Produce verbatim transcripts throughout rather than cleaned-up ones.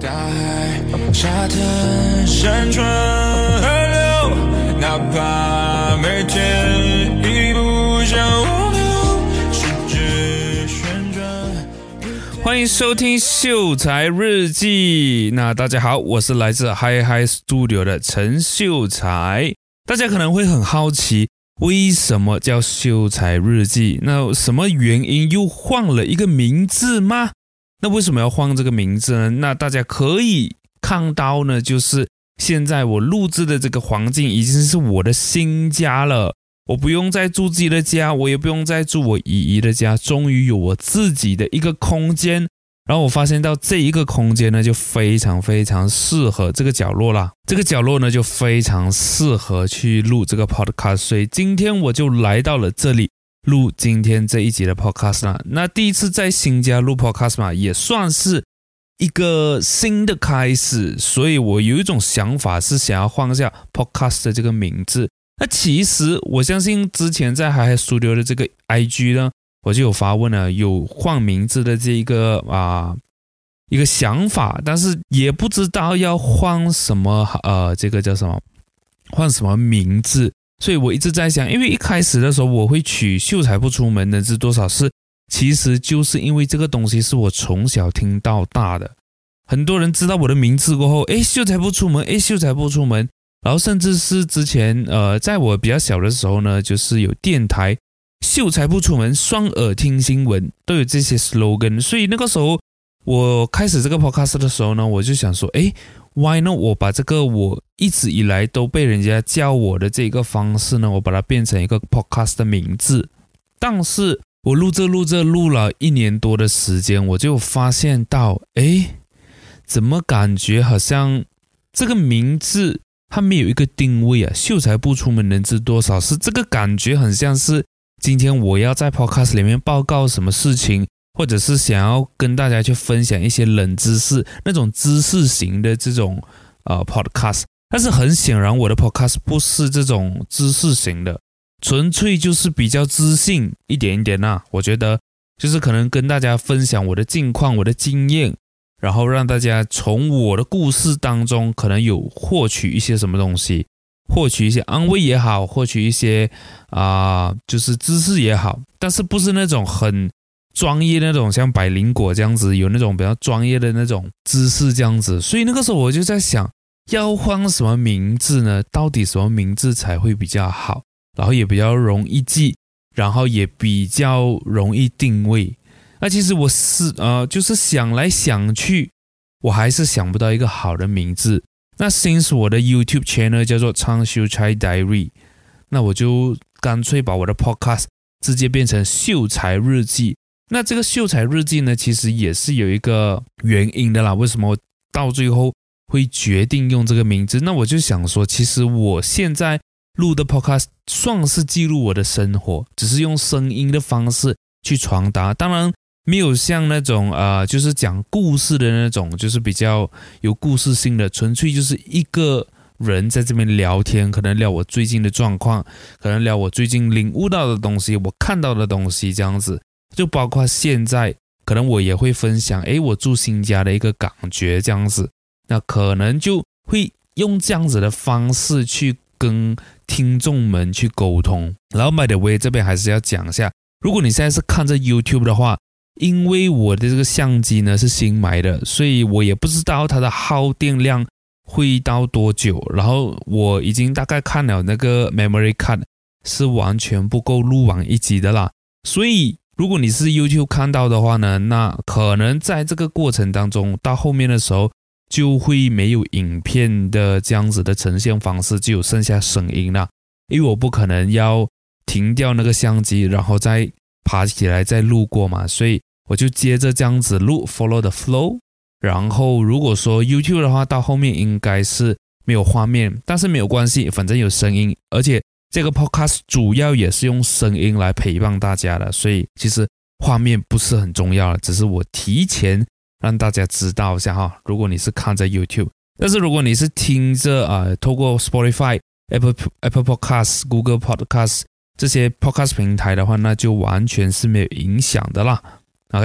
大海沙滩山川河流，哪怕每天一步向洪流，世界旋转。 欢迎收听秀才日记。那大家好，我是来自 Hi Hi Studio 的陈秀才。大家可能会很好奇，为什么叫秀才日记？那什么原因又换了一个名字吗？那为什么要换这个名字呢？那大家可以看到呢，就是现在我录制的这个环境已经是我的新家了。我不用再住自己的家，我也不用再住我姨姨的家，终于有我自己的一个空间。然后我发现到这一个空间呢，就非常非常适合这个角落啦。这个角落呢，就非常适合去录这个 podcast， 所以今天我就来到了这里录今天这一集的 podcast 啦。那第一次在新家录 podcast 嘛，也算是一个新的开始，所以我有一种想法是想要换下 podcast 的这个名字。那其实我相信之前在 Hi Hi Studio 的这个 I G 呢，我就有发问了，有换名字的这一个啊一个想法，但是也不知道要换什么呃这个叫什么换什么名字，所以我一直在想，因为一开始的时候我会取秀才不出门能知多少事，其实就是因为这个东西是我从小听到大的。很多人知道我的名字过后，诶，秀才不出门，诶，秀才不出门，然后甚至是之前呃在我比较小的时候呢，就是有电台秀才不出门，双耳听新闻，都有这些 slogan。 所以那个时候我开始这个 podcast 的时候呢，我就想说，诶 why not 我把这个我一直以来都被人家叫我的这个方式呢，我把它变成一个 podcast 的名字。但是我录着录着录了一年多的时间，我就发现到，诶，怎么感觉好像这个名字它没有一个定位啊？秀才不出门能知多少事，这个感觉很像是今天我要在 podcast 里面报告什么事情，或者是想要跟大家去分享一些冷知识，那种知识型的这种呃 podcast。但是很显然我的 podcast 不是这种知识型的，纯粹就是比较知性一点一点啊。我觉得就是可能跟大家分享我的近况，我的经验，然后让大家从我的故事当中可能有获取一些什么东西，获取一些安慰也好，获取一些啊、呃、就是知识也好，但是不是那种很专业的那种，像百灵果这样子有那种比较专业的那种知识这样子。所以那个时候我就在想，要换什么名字呢？到底什么名字才会比较好，然后也比较容易记，然后也比较容易定位。那其实我是呃就是想来想去，我还是想不到一个好的名字。那 since 我的 YouTube channel 叫做唱秀才 Diary， 那我就干脆把我的 podcast 直接变成秀才日记。那这个秀才日记呢，其实也是有一个原因的啦，为什么我到最后会决定用这个名字？那我就想说，其实我现在录的 podcast 算是记录我的生活，只是用声音的方式去传达，当然没有像那种呃，就是讲故事的那种，就是比较有故事性的，纯粹就是一个人在这边聊天，可能聊我最近的状况，可能聊我最近领悟到的东西，我看到的东西这样子。就包括现在可能我也会分享，诶，我住新家的一个感觉这样子，那可能就会用这样子的方式去跟听众们去沟通。然后 by the way 这边还是要讲一下，如果你现在是看着 YouTube 的话，因为我的这个相机呢是新买的，所以我也不知道它的耗电量会到多久，然后我已经大概看了那个 memory card 是完全不够录完一集的啦。所以如果你是 YouTube 看到的话呢，那可能在这个过程当中到后面的时候就会没有影片的这样子的呈现方式，就有剩下声音啦。因为我不可能要停掉那个相机然后再爬起来再录过嘛，所以我就接着这样子录 follow the flow。 然后如果说 YouTube 的话，到后面应该是没有画面，但是没有关系，反正有声音，而且这个 podcast 主要也是用声音来陪伴大家的，所以其实画面不是很重要了，只是我提前让大家知道一下哈。如果你是看着 YouTube， 但是如果你是听着呃透过 Spotify、Apple Apple Podcast、Google Podcast 这些 podcast 平台的话，那就完全是没有影响的啦。OK，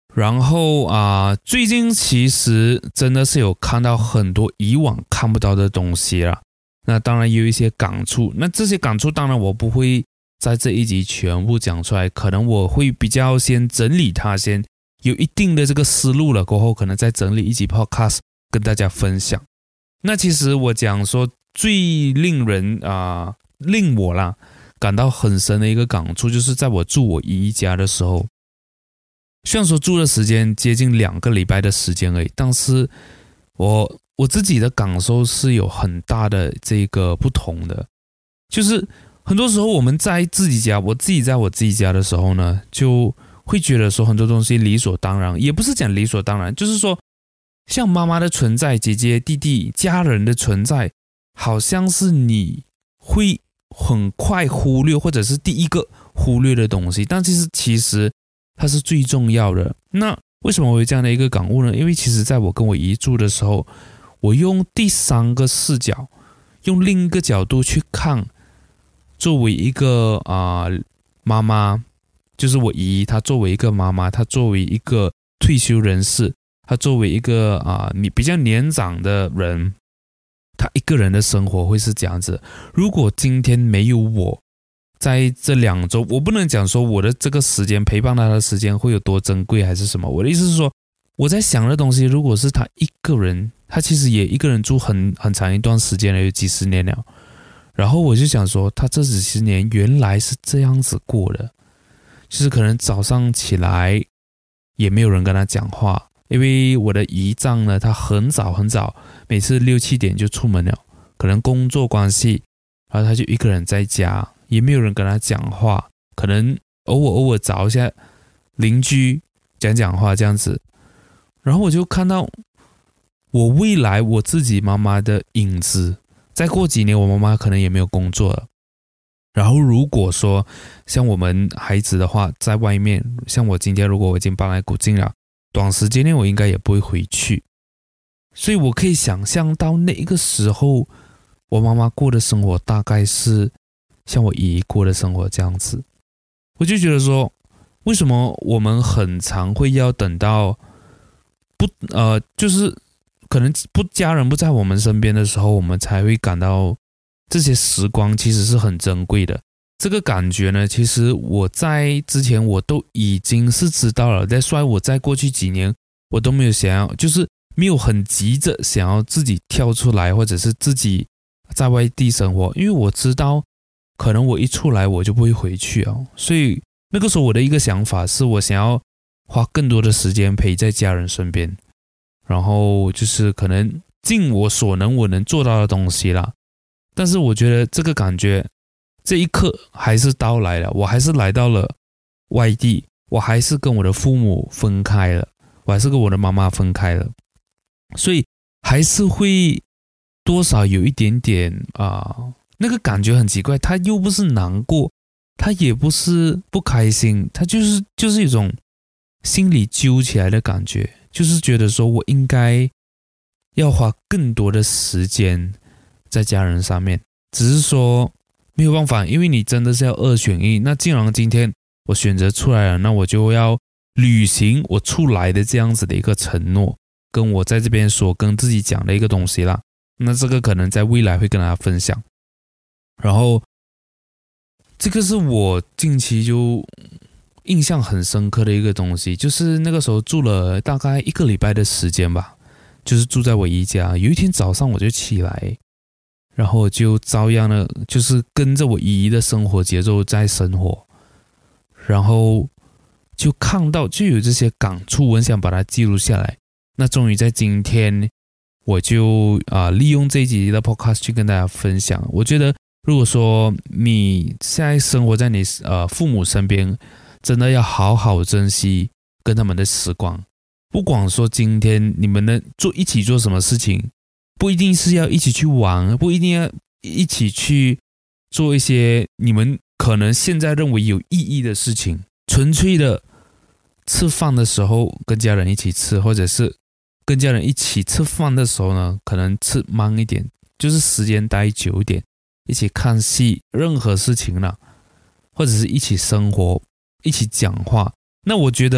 然后啊、呃，最近其实真的是有看到很多以往看不到的东西啦。那当然也有一些感触，那这些感触当然我不会在这一集全部讲出来，可能我会比较先整理它，先有一定的这个思路了，过后可能再整理一集 podcast 跟大家分享。那其实我讲说最令人啊、呃、令我啦感到很深的一个感触，就是在我住我姨家的时候，虽然说住的时间接近两个礼拜的时间而已，但是我我自己的感受是有很大的这个不同的。就是很多时候我们在自己家，我自己在我自己家的时候呢，就会觉得说很多东西理所当然，也不是讲理所当然，就是说像妈妈的存在，姐姐弟弟家人的存在，好像是你会很快忽略，或者是第一个忽略的东西，但其实其实它是最重要的。那为什么我有这样的一个感悟呢？因为其实在我跟我姨住的时候，我用第三个视角，用另一个角度去看，作为一个啊、呃、妈妈，就是我姨，她作为一个妈妈，她作为一个退休人士，她作为一个啊你、呃、比较年长的人，她一个人的生活会是这样子。如果今天没有我在这两周，我不能讲说我的这个时间陪伴她的时间会有多珍贵还是什么，我的意思是说，我在想的东西，如果是她一个人，她其实也一个人住很很长一段时间了，有几十年了，然后我就想说，她这几十年原来是这样子过的，就是可能早上起来也没有人跟她讲话，因为我的姨丈呢，他很早很早，每次六七点就出门了，可能工作关系，然后他就一个人在家，也没有人跟他讲话，可能偶尔偶尔找一下邻居讲讲话这样子。然后我就看到我未来我自己妈妈的影子，再过几年我妈妈可能也没有工作了，然后如果说像我们孩子的话，在外面，像我今天如果我已经搬来古晋了，短时间内我应该也不会回去，所以我可以想象到那一个时候我妈妈过的生活大概是像我姨过的生活这样子。我就觉得说，为什么我们很常会要等到不呃，就是可能不家人不在我们身边的时候，我们才会感到这些时光其实是很珍贵的。这个感觉呢，其实我在之前我都已经是知道了，但所以我在过去几年我都没有想要，就是没有很急着想要自己跳出来，或者是自己在外地生活，因为我知道可能我一出来我就不会回去哦。所以那个时候我的一个想法是我想要花更多的时间陪在家人身边，然后就是可能尽我所能我能做到的东西啦。但是我觉得这个感觉这一刻还是到来了，我还是来到了外地，我还是跟我的父母分开了，我还是跟我的妈妈分开了，所以还是会多少有一点点啊、呃，那个感觉很奇怪，他又不是难过，他也不是不开心，他就是就是一种心里揪起来的感觉，就是觉得说我应该要花更多的时间在家人上面，只是说没有办法，因为你真的是要二选一。那既然今天我选择出来了，那我就要履行我出来的这样子的一个承诺，跟我在这边所跟自己讲的一个东西啦。那这个可能在未来会跟大家分享。然后这个是我近期就印象很深刻的一个东西，就是那个时候住了大概一个礼拜的时间吧，就是住在我姨家。有一天早上我就起来，然后就照样的就是跟着我姨的生活节奏在生活，然后就看到就有这些感触，我很想把它记录下来。那终于在今天我就啊、呃、利用这一集的 podcast 去跟大家分享。我觉得如果说你现在生活在你呃父母身边，真的要好好珍惜跟他们的时光。不管说今天你们能做一起做什么事情，不一定是要一起去玩，不一定要一起去做一些你们可能现在认为有意义的事情，纯粹的吃饭的时候跟家人一起吃，或者是跟家人一起吃饭的时候呢，可能吃慢一点，就是时间待久一点，一起看戏，任何事情啦，或者是一起生活，一起讲话。那我觉得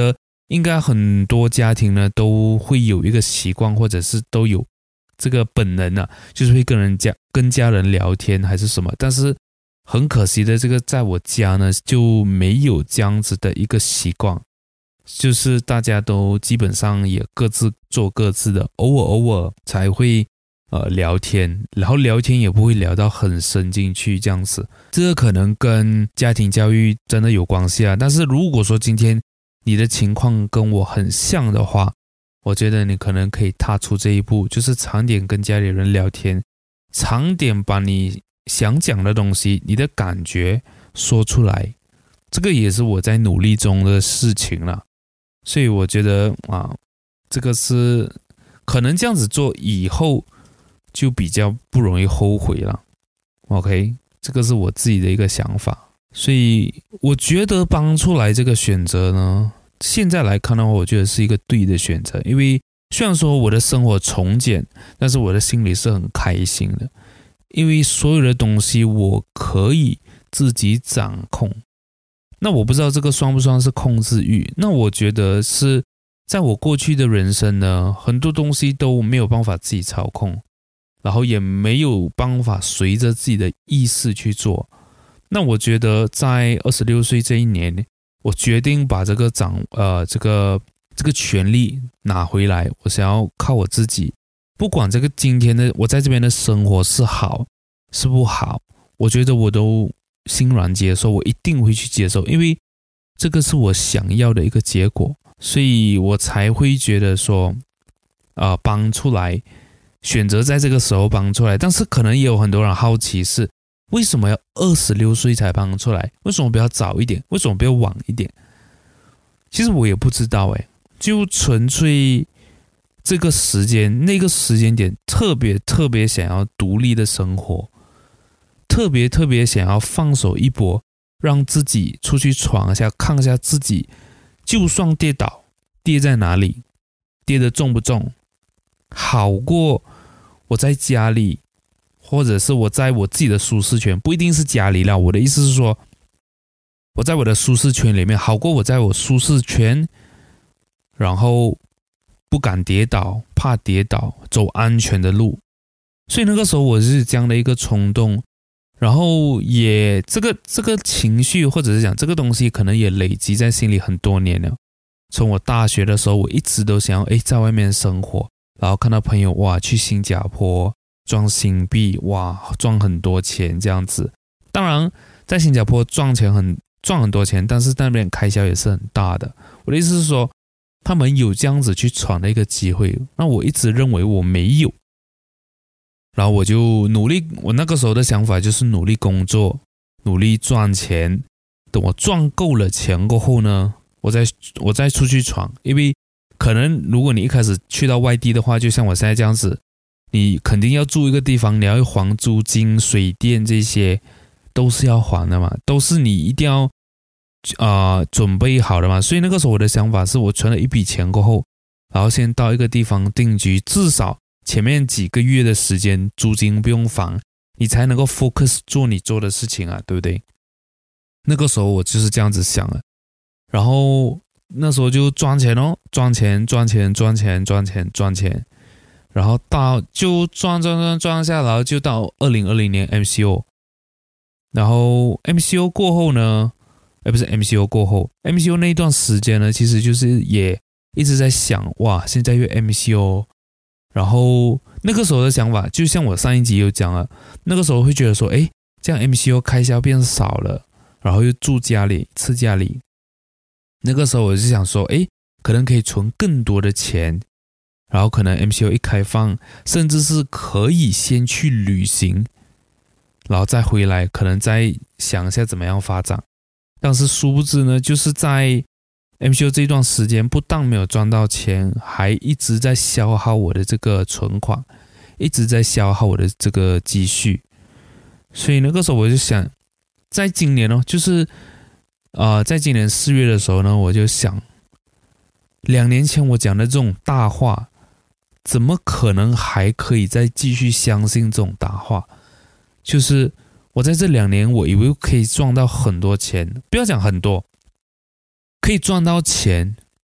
应该很多家庭呢都会有一个习惯，或者是都有这个本能啊，就是会跟人家跟家人聊天还是什么。但是很可惜的，这个在我家呢就没有这样子的一个习惯，就是大家都基本上也各自做各自的，偶尔偶尔才会呃聊天，然后聊天也不会聊到很深进去这样子。这个可能跟家庭教育真的有关系啊。但是如果说今天你的情况跟我很像的话，我觉得你可能可以踏出这一步，就是常点跟家里人聊天，常点把你想讲的东西，你的感觉说出来。这个也是我在努力中的事情啦。所以我觉得啊，这个是可能这样子做以后就比较不容易后悔了。OK， 这个是我自己的一个想法。所以我觉得帮出来这个选择呢，现在来看的话，我觉得是一个对的选择。因为虽然说我的生活重建，但是我的心里是很开心的，因为所有的东西我可以自己掌控。那我不知道这个算不算是控制欲。那我觉得是在我过去的人生呢，很多东西都没有办法自己操控，然后也没有办法随着自己的意识去做。那我觉得在二十六岁这一年，我决定把这个掌呃这个这个权利拿回来，我想要靠我自己。不管这个今天的我在这边的生活是好是不好，我觉得我都欣然接受，我一定会去接受，因为这个是我想要的一个结果，所以我才会觉得说呃帮出来，选择在这个时候帮出来。但是可能也有很多人好奇是为什么要二十六岁才帮出来？为什么不要早一点？为什么不要晚一点？其实我也不知道诶，就纯粹这个时间那个时间点特别特别想要独立的生活，特别特别想要放手一搏，让自己出去闯一下，看一下自己就算跌倒，跌在哪里，跌得重不重，好过我在家里，或者是我在我自己的舒适圈，不一定是家里啦，我的意思是说我在我的舒适圈里面，好过我在我舒适圈然后不敢跌倒，怕跌倒，走安全的路。所以那个时候我是这样的一个冲动，然后也这个这个情绪，或者是讲这个东西可能也累积在心里很多年了。从我大学的时候，我一直都想要诶在外面生活，然后看到朋友哇去新加坡赚新币，哇赚很多钱这样子。当然在新加坡赚钱很赚很多钱，但是那边开销也是很大的。我的意思是说他们有这样子去闯的一个机会，那我一直认为我没有，然后我就努力，我那个时候的想法就是努力工作，努力赚钱，等我赚够了钱过后呢，我再我再出去闯。因为可能如果你一开始去到外地的话，就像我现在这样子，你肯定要住一个地方，你要还租金、水电，这些都是要还的嘛，都是你一定要呃准备好的嘛。所以那个时候我的想法是我存了一笔钱过后，然后先到一个地方定居，至少前面几个月的时间租金不用还，你才能够 focus 做你做的事情啊，对不对？那个时候我就是这样子想的。然后那时候就赚钱哦，赚钱赚钱赚钱赚钱赚钱，然后到就赚赚赚赚下来，就到二零二零年 M C O。 然后 M C O 过后呢，哎不是 M C O 过后 M C O 那一段时间呢，其实就是也一直在想，哇现在又 M C O。然后那个时候的想法，就像我上一集有讲了，那个时候会觉得说，诶，这样 M C O 开销变少了，然后又住家里吃家里，那个时候我就想说，诶，可能可以存更多的钱，然后可能 M C O 一开放，甚至是可以先去旅行，然后再回来，可能再想一下怎么样发展。但是殊不知呢，就是在M C O 这一段时间，不但没有赚到钱，还一直在消耗我的这个存款，一直在消耗我的这个积蓄。所以那个时候我就想，在今年哦，就是呃，在今年四月的时候呢，我就想，两年前我讲的这种大话，怎么可能还可以再继续相信这种大话？就是我在这两年，我以为可以赚到很多钱，不要讲很多，可以赚到钱，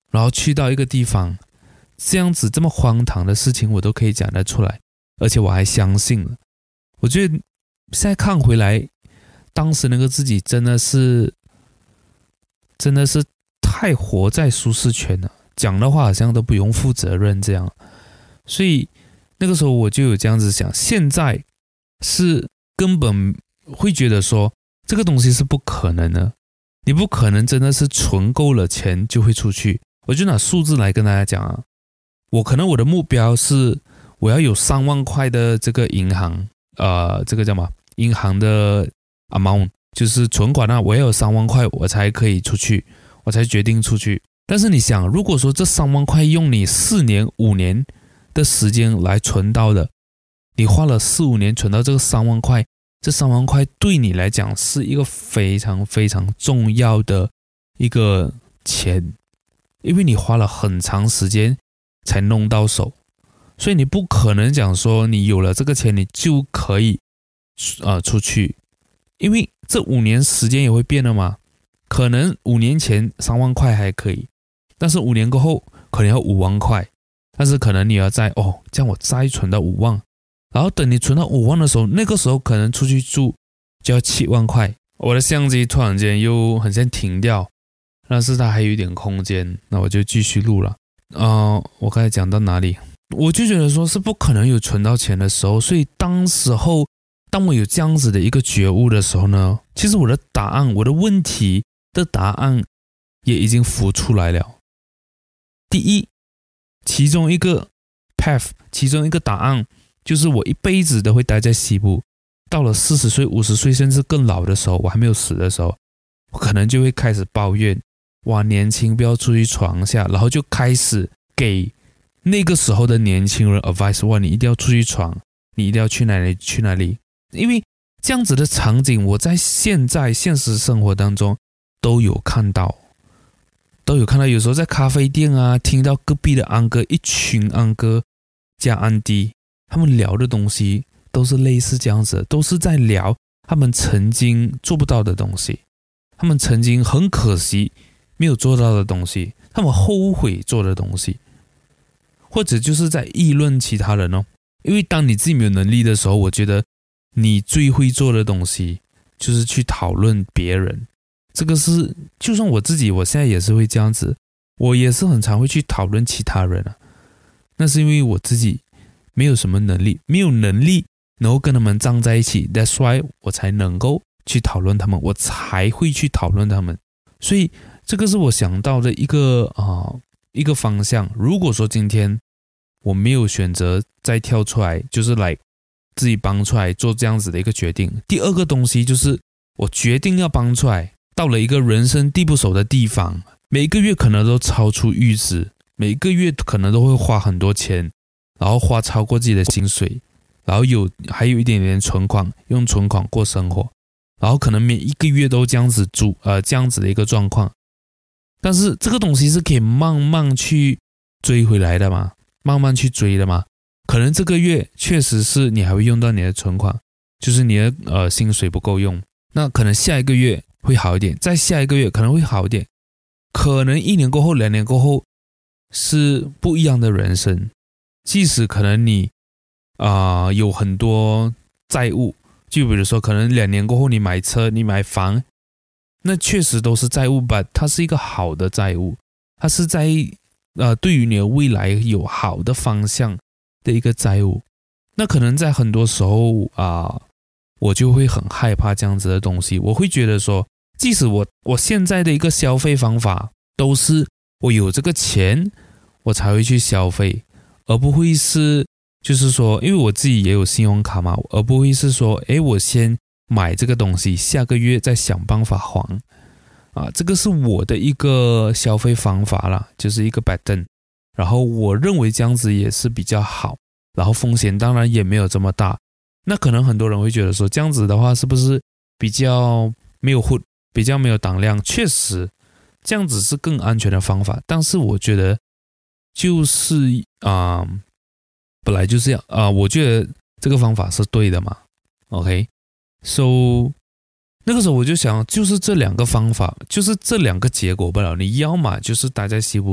然后去到一个地方，这样子这么荒唐的事情我都可以讲得出来，而且我还相信了。我觉得现在看回来，当时那个自己真的是真的是太活在舒适圈了，讲的话好像都不用负责任这样。所以那个时候我就有这样子想，现在是根本会觉得说这个东西是不可能的，你不可能真的是存够了钱就会出去。我就拿数字来跟大家讲啊，我可能我的目标是我要有三万块的这个银行呃，这个叫什么银行的 amount， 就是存款啊，我要有三万块我才可以出去，我才决定出去。但是你想，如果说这三万块用你四年五年的时间来存到的，你花了四五年存到这个三万块，这三万块对你来讲是一个非常非常重要的一个钱，因为你花了很长时间才弄到手，所以你不可能讲说你有了这个钱你就可以呃出去，因为这五年时间也会变的嘛。可能五年前三万块还可以，但是五年过后可能要五万块，但是可能你要再哦，这样我再存到五万，然后等你存到五万的时候，那个时候可能出去住就要七万块。我的相机突然间又很像停掉，但是它还有一点空间，那我就继续录了。呃，我刚才讲到哪里？我就觉得说是不可能有存到钱的时候，所以当时候当我有这样子的一个觉悟的时候呢，其实我的答案，我的问题的答案也已经浮出来了。第一，其中一个 path， 其中一个答案就是我一辈子都会待在西部，到了四十岁、五十岁甚至更老的时候，我还没有死的时候，我可能就会开始抱怨，哇，年轻不要出去闯下，然后就开始给那个时候的年轻人 advice， 哇，你一定要出去闯，你一定要去哪里去哪里。因为这样子的场景我在现在现实生活当中都有看到，都有看到。有时候在咖啡店啊，听到隔壁的安哥，一群安哥加安迪，他们聊的东西都是类似这样子的，都是在聊他们曾经做不到的东西，他们曾经很可惜没有做到的东西，他们后悔做的东西，或者就是在议论其他人哦。因为当你自己没有能力的时候，我觉得你最会做的东西就是去讨论别人。这个是就算我自己我现在也是会这样子，我也是很常会去讨论其他人啊。那是因为我自己没有什么能力，没有能力能够跟他们站在一起， that's why 我才能够去讨论他们，我才会去讨论他们。所以这个是我想到的一个啊、呃、一个方向。如果说今天我没有选择再跳出来，就是来自己帮出来做这样子的一个决定。第二个东西就是我决定要帮出来，到了一个人生地不熟的地方，每个月可能都超出预支，每个月可能都会花很多钱，然后花超过自己的薪水，然后有还有一点点存款，用存款过生活，然后可能每一个月都这样子住呃这样子的一个状况。但是这个东西是可以慢慢去追回来的嘛，慢慢去追的嘛。可能这个月确实是你还会用到你的存款，就是你的呃薪水不够用，那可能下一个月会好一点，再下一个月可能会好一点，可能一年过后两年过后是不一样的人生。即使可能你啊、呃、有很多债务，就比如说可能两年过后你买车你买房，那确实都是债务吧，它是一个好的债务，它是在呃对于你的未来有好的方向的一个债务。那可能在很多时候啊、呃，我就会很害怕这样子的东西。我会觉得说，即使我我现在的一个消费方法都是我有这个钱我才会去消费，而不会是就是说，因为我自己也有信用卡嘛，而不会是说诶我先买这个东西，下个月再想办法还啊。这个是我的一个消费方法啦，就是一个 pattern。然后我认为这样子也是比较好，然后风险当然也没有这么大。那可能很多人会觉得说，这样子的话是不是比较没有 hood， 比较没有胆量？确实这样子是更安全的方法，但是我觉得就是啊、呃，本来就是要啊、呃，我觉得这个方法是对的嘛。 OK， so 那个时候我就想，就是这两个方法，就是这两个结果不了。你要么就是待在西部，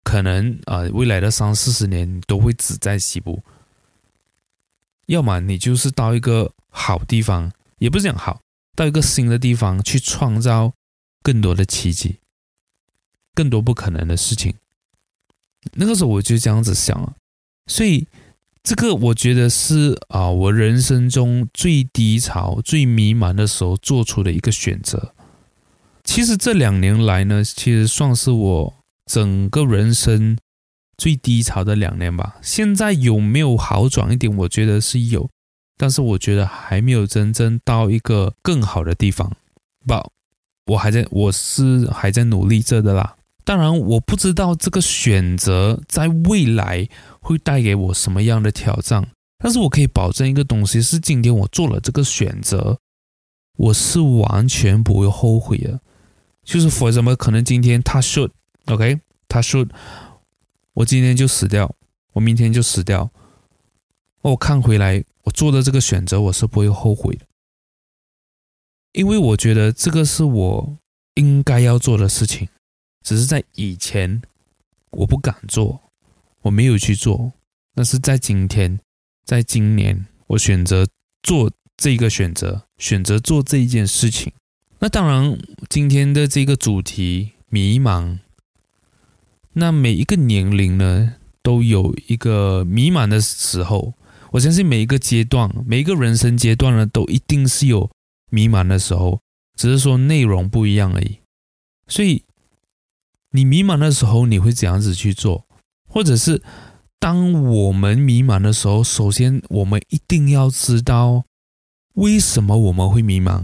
可能啊、呃，未来的三四十年你都会只在西部，要么你就是到一个好地方，也不是讲好，到一个新的地方去创造更多的奇迹，更多不可能的事情。那个时候我就这样子想了，所以这个我觉得是啊、呃，我人生中最低潮、最迷茫的时候做出的一个选择。其实这两年来呢，其实算是我整个人生最低潮的两年吧。现在有没有好转一点？我觉得是有，但是我觉得还没有真正到一个更好的地方。不，我还在，我是还在努力着的啦。当然，我不知道这个选择在未来会带给我什么样的挑战，但是我可以保证一个东西是，今天我做了这个选择，我是完全不会后悔的。就是 for example 可能今天他 should OK 他 should 我今天就死掉，我明天就死掉，我看回来我做的这个选择我是不会后悔的，因为我觉得这个是我应该要做的事情，只是在以前我不敢做，我没有去做，但是在今天在今年我选择做这个选择，选择做这一件事情。那当然今天的这个主题迷茫，那每一个年龄呢都有一个迷茫的时候，我相信每一个阶段每一个人生阶段呢都一定是有迷茫的时候，只是说内容不一样而已。所以你迷茫的时候你会怎样子去做，或者是当我们迷茫的时候，首先我们一定要知道为什么我们会迷茫。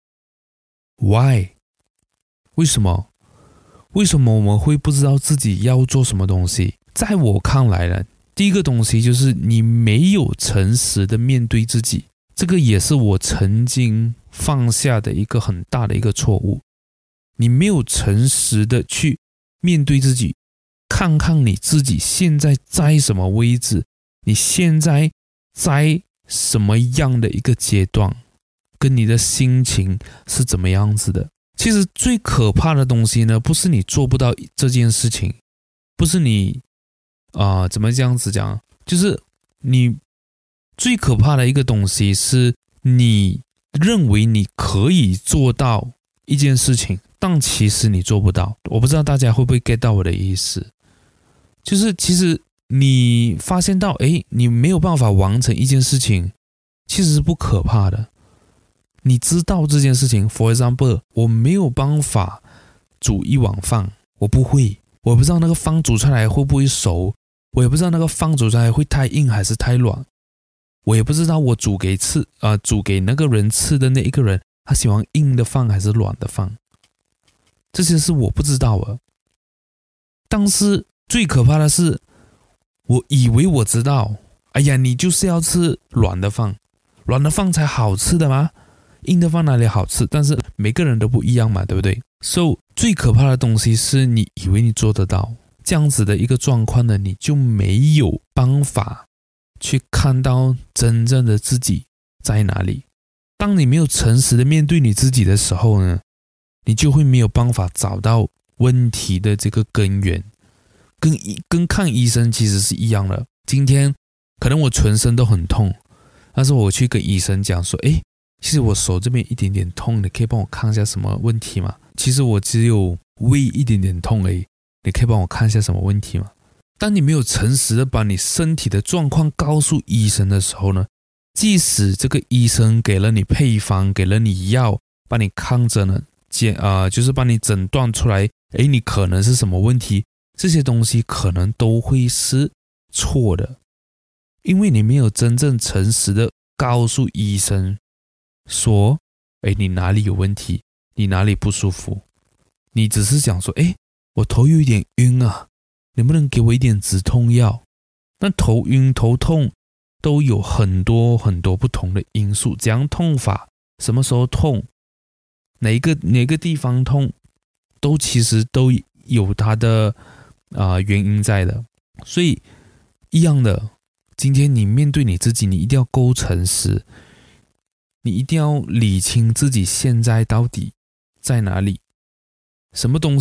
Why？ 为什么？为什么我们会不知道自己要做什么东西？在我看来呢，第一个东西就是你没有诚实的面对自己，这个也是我曾经犯下的一个很大的一个错误。你没有诚实的去面对自己，看看你自己现在在什么位置，你现在在什么样的一个阶段，跟你的心情是怎么样子的。其实最可怕的东西呢，不是你做不到这件事情，不是你啊、呃、怎么这样子讲，就是你最可怕的一个东西是你认为你可以做到一件事情，但其实你做不到。我不知道大家会不会 get 到我的意思，就是其实你发现到诶你没有办法完成一件事情，其实是不可怕的。你知道这件事情 for example 我没有办法煮一碗饭，我不会，我不知道那个饭煮出来会不会熟，我也不知道那个饭煮出来会太硬还是太软，我也不知道我煮给吃呃煮给那个人吃的那一个人他喜欢硬的饭还是软的饭，这些是我不知道的。但是最可怕的是我以为我知道，哎呀你就是要吃软的饭，软的饭才好吃的吗？硬的饭哪里好吃？但是每个人都不一样嘛，对不对？ So 最可怕的东西是你以为你做得到，这样子的一个状况呢，你就没有办法去看到真正的自己在哪里。当你没有诚实的面对你自己的时候呢，你就会没有办法找到问题的这个根源。跟跟看医生其实是一样的。今天可能我全身都很痛，但是我去跟医生讲说，诶其实我手这边一点点痛，你可以帮我看一下什么问题吗？其实我只有胃一点点痛而已，你可以帮我看一下什么问题吗？当你没有诚实的把你身体的状况告诉医生的时候呢，即使这个医生给了你配方，给了你药，帮你看着呢，呃、就是帮你诊断出来，诶你可能是什么问题，这些东西可能都会是错的，因为你没有真正诚实的告诉医生说，哎，你哪里有问题，你哪里不舒服，你只是想说，哎，我头有一点晕啊，能不能给我一点止痛药？那头晕头痛都有很多很多不同的因素，怎样痛法，什么时候痛，哪一个哪个地方痛，都其实都有它的、呃、原因在的。所以一样的，今天你面对你自己，你一定要够诚实，你一定要理清自己现在到底在哪里，什么东西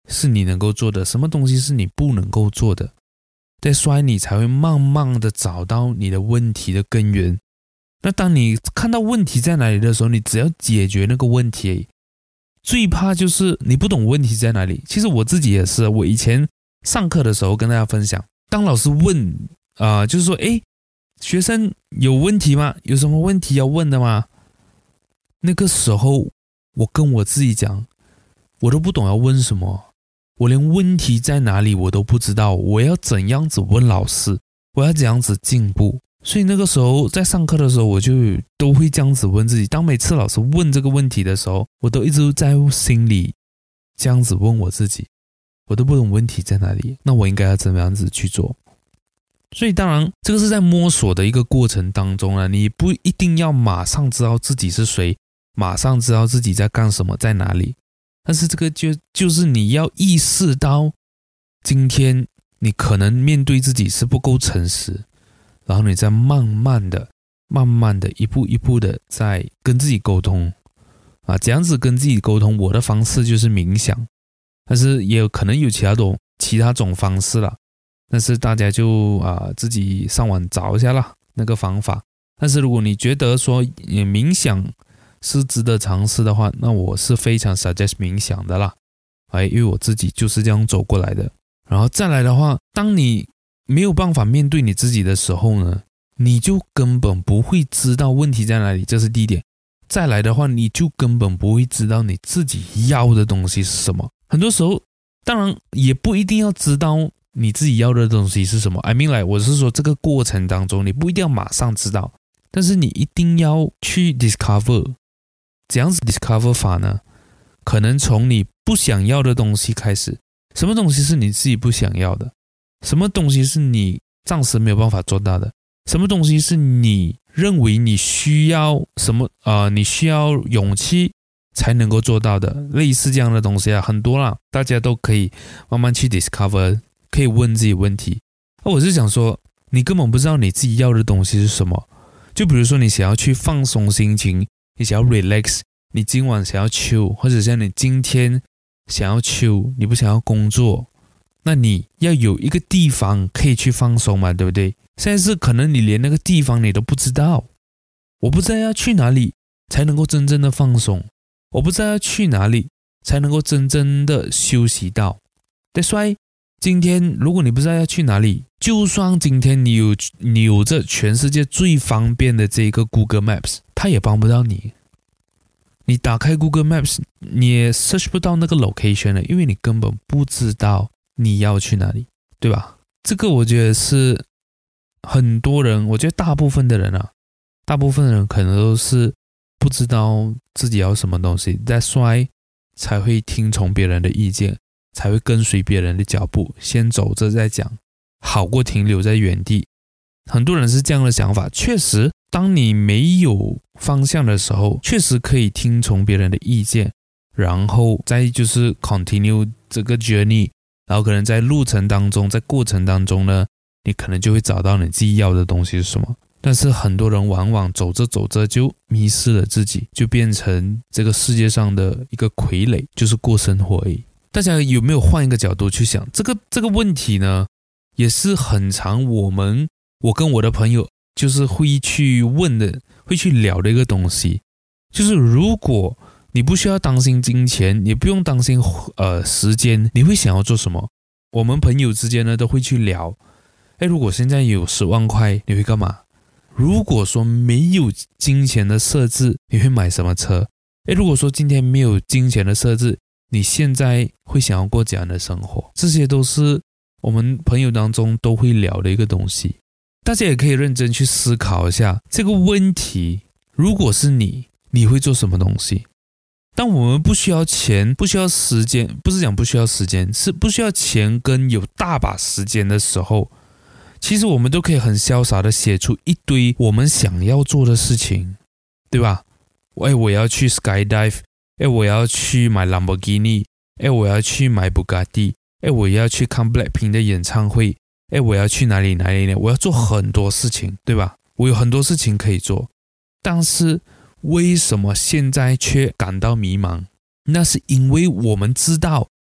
是你能够做的，什么东西是你不能够做的。所以你才会慢慢的找到你的问题的根源。那当你看到问题在哪里的时候，你只要解决那个问题而已。最怕就是你不懂问题在哪里。其实我自己也是，我以前上课的时候跟大家分享，当老师问啊、呃，就是说，诶，学生有问题吗？有什么问题要问的吗？那个时候我跟我自己讲，我都不懂要问什么，我连问题在哪里我都不知道，我要怎样子问老师，我要怎样子进步。所以那个时候在上课的时候，我就都会这样子问自己。当每次老师问这个问题的时候，我都一直在心里这样子问我自己，我都不懂问题在哪里，那我应该要怎么样子去做。所以当然这个是在摸索的一个过程当中啊，你不一定要马上知道自己是谁，马上知道自己在干什么，在哪里。但是这个就就是你要意识到，今天你可能面对自己是不够诚实，然后你再慢慢的、慢慢的、一步一步的在跟自己沟通啊，这样子跟自己沟通，我的方式就是冥想，但是也有可能有其他种其他种方式啦，但是大家就啊自己上网找一下啦那个方法。但是如果你觉得说冥想是值得尝试的话，那我是非常 suggest 冥想的啦，哎，因为我自己就是这样走过来的。然后再来的话，当你没有办法面对你自己的时候呢，你就根本不会知道问题在哪里，这是第一点。再来的话，你就根本不会知道你自己要的东西是什么。很多时候，当然也不一定要知道你自己要的东西是什么。I mean like 我是说这个过程当中，你不一定要马上知道，但是你一定要去 discover。怎样子 discover 法呢？可能从你不想要的东西开始。什么东西是你自己不想要的？什么东西是你暂时没有办法做到的？什么东西是你认为你需要什么呃，你需要勇气才能够做到的？类似这样的东西啊，很多啦，大家都可以慢慢去 discover， 可以问自己问题。而我是想说，你根本不知道你自己要的东西是什么。就比如说你想要去放松心情，你想要 relax， 你今晚想要 chill， 或者像你今天想要 chill， 你不想要工作，那你要有一个地方可以去放松嘛，对不对？现在是可能你连那个地方你都不知道，我不知道要去哪里才能够真正的放松，我不知道要去哪里才能够真正的休息到。That's why 今天如果你不知道要去哪里，就算今天你有你有着全世界最方便的这个 Google Maps， 它也帮不到你。你打开 Google Maps， 你也 search 不到那个 location 了，因为你根本不知道你要去哪里，对吧？这个我觉得是很多人，我觉得大部分的人啊，大部分的人可能都是不知道自己要什么东西， That's why 才会听从别人的意见，才会跟随别人的脚步，先走着再讲，好过停留在原地。很多人是这样的想法，确实当你没有方向的时候，确实可以听从别人的意见，然后再就是 continue 这个 journey， 然后可能在路程当中，在过程当中呢，你可能就会找到你自己要的东西是什么。但是很多人往往走着走着就迷失了自己，就变成这个世界上的一个傀儡，就是过生活而已。大家有没有换一个角度去想这个这个问题呢？也是很常我们我跟我的朋友就是会去问的，会去聊的一个东西，就是如果你不需要担心金钱，你不用担心呃时间，你会想要做什么？我们朋友之间呢都会去聊，哎，如果现在有十万块，你会干嘛？如果说没有金钱的设置，你会买什么车？哎，如果说今天没有金钱的设置，你现在会想要过怎样的生活？这些都是我们朋友当中都会聊的一个东西。大家也可以认真去思考一下这个问题，如果是你，你会做什么东西？当我们不需要钱，不需要时间，不是讲不需要时间，是不需要钱跟有大把时间的时候，其实我们都可以很潇洒的写出一堆我们想要做的事情，对吧？哎，我要去 skydive， 哎，我要去买 Lamborghini， 哎，我要去买 Bugatti， 哎，我要去看 Blackpink 的演唱会，哎，我要去哪里哪里呢？我要做很多事情，对吧？我有很多事情可以做，但是为什么现在却感到迷茫？那是因为我们知道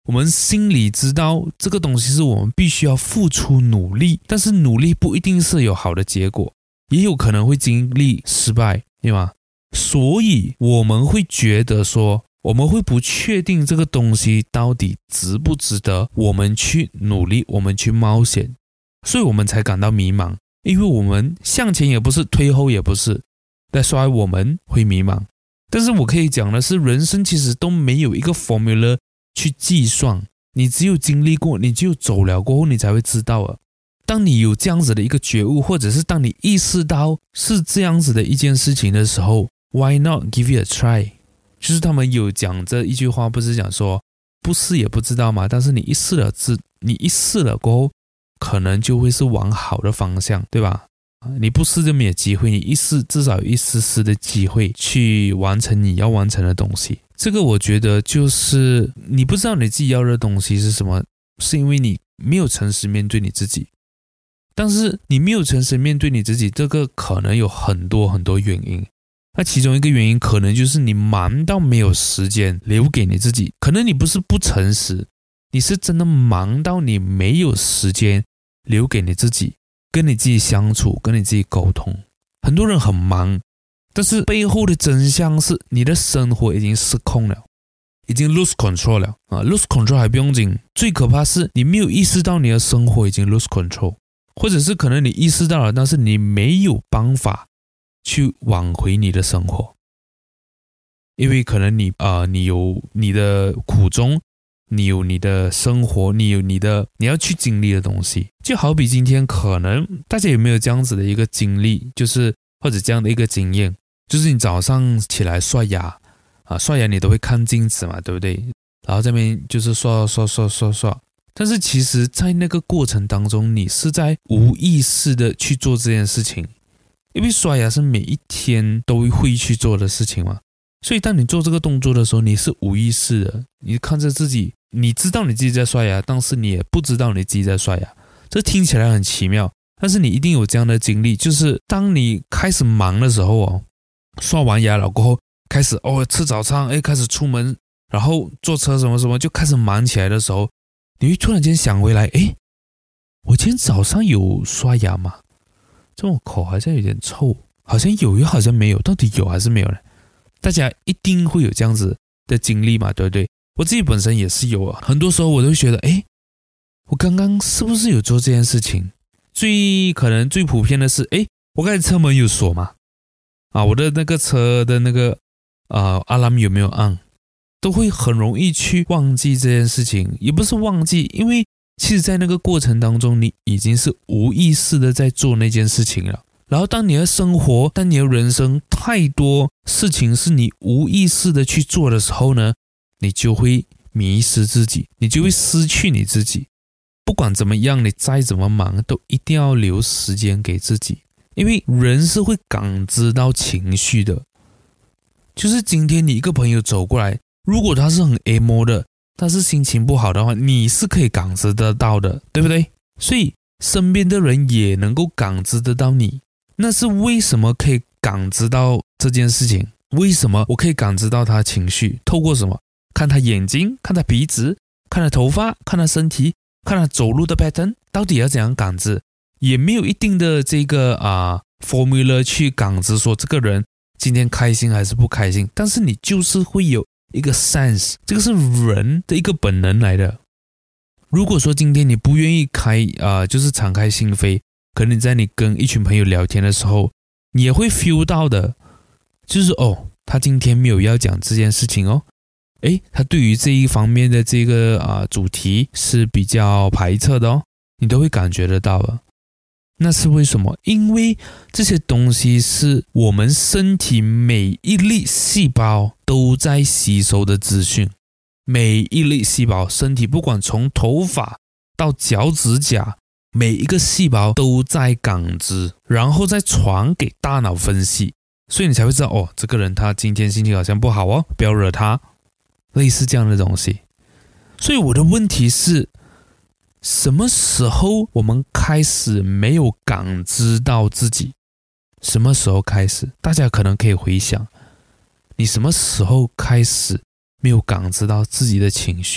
我们心里知道这个东西是我们必须要付出努力，但是努力不一定是有好的结果，也有可能会经历失败，对吗？所以我们会觉得说，我们会不确定这个东西到底值不值得我们去努力，我们去冒险，所以我们才感到迷茫，因为我们向前也不是，退后也不是，所以我们会迷茫。但是我可以讲的是，人生其实都没有一个 formula 去计算，你只有经历过，你只有走了过后，你才会知道啊。当你有这样子的一个觉悟，或者是当你意识到是这样子的一件事情的时候， why not give it a try？ 就是他们有讲这一句话，不是讲说不试也不知道嘛，但是你一试了，你一试了过后，可能就会是往好的方向，对吧？你不试就没有机会，你一试至少有一丝丝的机会去完成你要完成的东西。这个我觉得就是你不知道你自己要的东西是什么，是因为你没有诚实面对你自己。但是你没有诚实面对你自己，这个可能有很多很多原因。那其中一个原因可能就是你忙到没有时间留给你自己，可能你不是不诚实，你是真的忙到你没有时间留给你自己，跟你自己相处，跟你自己沟通。很多人很忙，但是背后的真相是你的生活已经失控了，已经 lose control 了啊 lose control 还不用紧，最可怕是你没有意识到你的生活已经 lose control， 或者是可能你意识到了，但是你没有办法去挽回你的生活，因为可能你呃你有你的苦衷，你有你的生活，你有你的你要去经历的东西。就好比今天可能大家有没有这样子的一个经历，就是或者这样的一个经验，就是你早上起来刷牙啊，刷牙你都会看镜子嘛，对不对？然后这边就是刷刷刷刷刷，但是其实在那个过程当中，你是在无意识的去做这件事情，因为刷牙是每一天都会去做的事情嘛。所以当你做这个动作的时候，你是无意识的，你看着自己，你知道你自己在刷牙，但是你也不知道你自己在刷牙。这听起来很奇妙，但是你一定有这样的经历，就是当你开始忙的时候哦，刷完牙了过后，开始哦吃早餐，哎开始出门，然后坐车什么什么就开始忙起来的时候，你会突然间想回来，哎，我今天早上有刷牙吗？这种口好像有点臭，好像有又好像没有，到底有还是没有呢？大家一定会有这样子的经历嘛，对不对？我自己本身也是有啊，很多时候我都会觉得，诶，我刚刚是不是有做这件事情？最可能最普遍的是，诶，我刚才车门有锁吗？啊，我的那个车的那个呃 alarm 有没有按？都会很容易去忘记这件事情，也不是忘记，因为其实在那个过程当中，你已经是无意识的在做那件事情了。然后当你的生活，当你的人生太多事情是你无意识的去做的时候呢，你就会迷失自己，你就会失去你自己。不管怎么样，你再怎么忙，都一定要留时间给自己，因为人是会感知到情绪的。就是今天你一个朋友走过来，如果他是很 emo 的，他是心情不好的话，你是可以感知得到的，对不对？所以身边的人也能够感知得到你。那是为什么可以感知到这件事情？为什么我可以感知到他的情绪？透过什么？看他眼睛，看他鼻子，看他头发，看他身体，看他走路的 pattern， 到底要怎样感知？也没有一定的这个啊、呃、formula 去感知说这个人今天开心还是不开心，但是你就是会有一个 sense， 这个是人的一个本能来的。如果说今天你不愿意开啊、呃，就是敞开心扉，可能你在你跟一群朋友聊天的时候，你也会 feel 到的，就是哦，他今天没有要讲这件事情哦，诶，他对于这一方面的这个啊、呃、主题是比较排斥的哦，你都会感觉得到的。那是为什么？因为这些东西是我们身体每一粒细胞都在吸收的资讯，每一粒细胞，身体不管从头发到脚趾甲，每一个细胞都在感知，然后再传给大脑分析，所以你才会知道哦，这个人他今天心情好像不好哦，不要惹他，类似这样的东西。所以我的问题是，什么时候我们开始没有感知到自己？什么时候开始？大家可能可以回想，你什么时候开始没有感知到自己的情绪？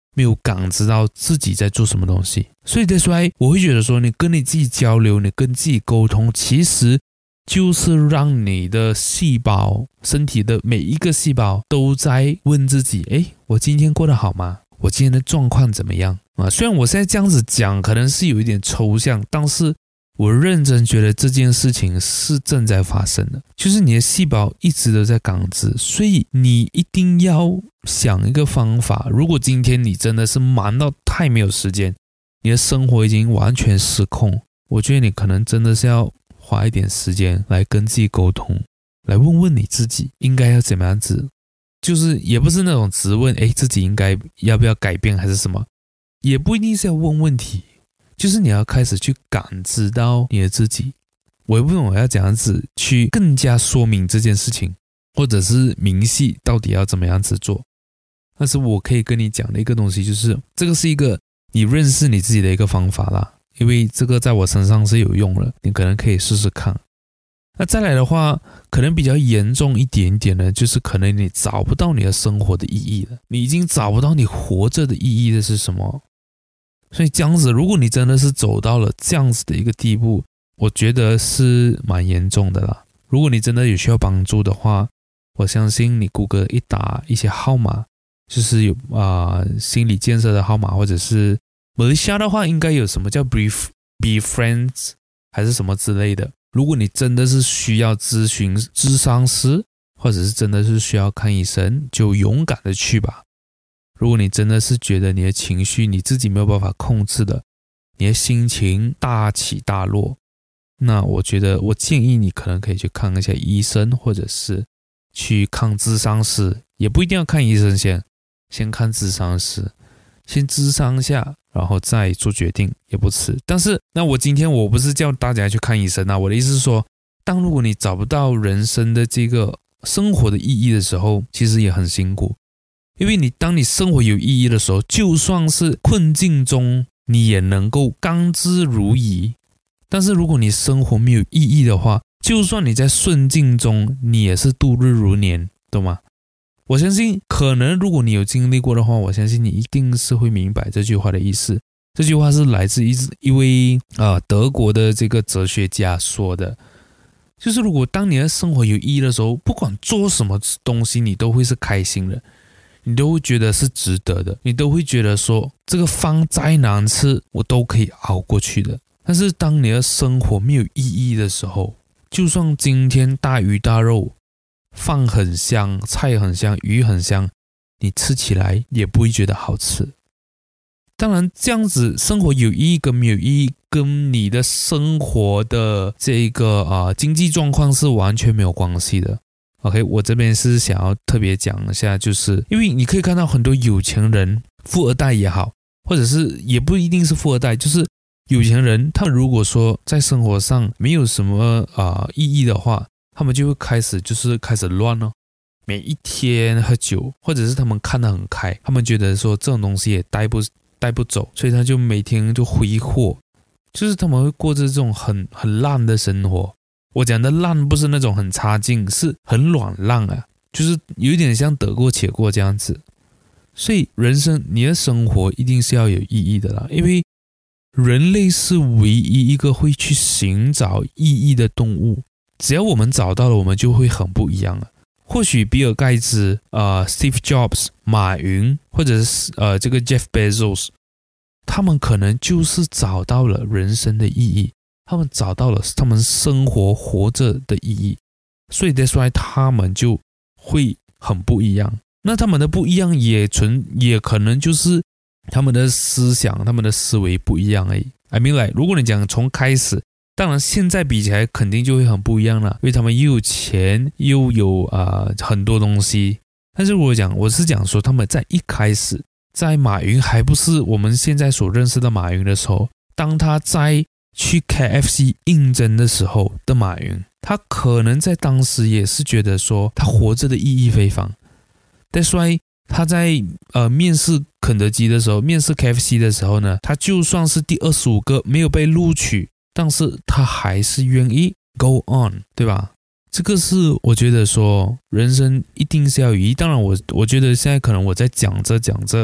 没有感知到自己在做什么东西。所以 that's why 我会觉得说，你跟你自己交流，你跟自己沟通，其实就是让你的细胞，身体的每一个细胞都在问自己，诶，我今天过得好吗？我今天的状况怎么样啊？虽然我现在这样子讲可能是有一点抽象，但是我认真觉得这件事情是正在发生的，就是你的细胞一直都在感知，所以你一定要想一个方法。如果今天你真的是忙到太没有时间，你的生活已经完全失控，我觉得你可能真的是要花一点时间来跟自己沟通，来问问你自己应该要怎么样子，就是也不是那种直问，诶，自己应该要不要改变还是什么，也不一定是要问问题，就是你要开始去感知到你的自己。我也不懂我要怎样子去更加说明这件事情，或者是明细到底要怎么样子做。但是我可以跟你讲的一个东西就是，这个是一个你认识你自己的一个方法啦，因为这个在我身上是有用的，你可能可以试试看。那再来的话，可能比较严重一点点的，就是可能你找不到你的生活的意义了，你已经找不到你活着的意义的是什么。所以这样子，如果你真的是走到了这样子的一个地步，我觉得是蛮严重的啦。如果你真的有需要帮助的话，我相信你谷歌一打一些号码，就是有啊、呃、心理建设的号码，或者是马来西亚的话应该有什么叫 Brief Be Friends 还是什么之类的。如果你真的是需要咨询諮商師，或者是真的是需要看医生，就勇敢的去吧。如果你真的是觉得你的情绪你自己没有办法控制的，你的心情大起大落，那我觉得我建议你可能可以去看一下医生，或者是去看諮商師，也不一定要看医生先，先看諮商師，先諮商一下，然后再做决定也不迟。但是那我今天我不是叫大家去看医生啊，我的意思是说，当如果你找不到人生的这个生活的意义的时候，其实也很辛苦。因为你当你生活有意义的时候，就算是困境中你也能够甘之如饴。但是如果你生活没有意义的话，就算你在顺境中你也是度日如年，懂吗？我相信可能如果你有经历过的话，我相信你一定是会明白这句话的意思。这句话是来自一一位、呃、德国的这个哲学家说的，就是如果当你的生活有意义的时候，不管做什么东西你都会是开心的，你都会觉得是值得的，你都会觉得说这个饭再难吃我都可以熬过去的。但是当你的生活没有意义的时候，就算今天大鱼大肉，饭很香，菜很香，鱼很香，你吃起来也不会觉得好吃。当然这样子生活有意义跟没有意义跟你的生活的这个、呃、经济状况是完全没有关系的。 OK， 我这边是想要特别讲一下，就是因为你可以看到很多有钱人，富二代也好，或者是也不一定是富二代，就是有钱人，他们如果说在生活上没有什么、呃、意义的话，他们就会开始就是开始乱哦，每一天喝酒，或者是他们看得很开，他们觉得说这种东西也带不带不走，所以他就每天就挥霍，就是他们会过着这种很很烂的生活。我讲的烂不是那种很差劲，是很软烂啊，就是有点像得过且过这样子。所以人生，你的生活一定是要有意义的啦，因为人类是唯一一个会去寻找意义的动物，只要我们找到了，我们就会很不一样了。或许比尔盖茨、呃、Steve Jobs、马云，或者是呃这个 Jeff Bezos， 他们可能就是找到了人生的意义，他们找到了他们生活活着的意义，所以 that's why 他们就会很不一样。那他们的不一样也存也可能就是他们的思想，他们的思维不一样而已。I mean like， 如果你讲从开始，当然现在比起来肯定就会很不一样了，因为他们又有钱又有、呃、很多东西。但是我讲我是讲说他们在一开始，在马云还不是我们现在所认识的马云的时候，当他在去 K F C 应征的时候的马云，他可能在当时也是觉得说他活着的意义非凡。That's why 他在呃面试肯德基的时候，面试 K F C 的时候呢，他就算是第二十五个没有被录取，但是他还是愿意 go on， 对吧？这个是我觉得说人生一定是要有意义。当然我我觉得现在可能我在讲着讲着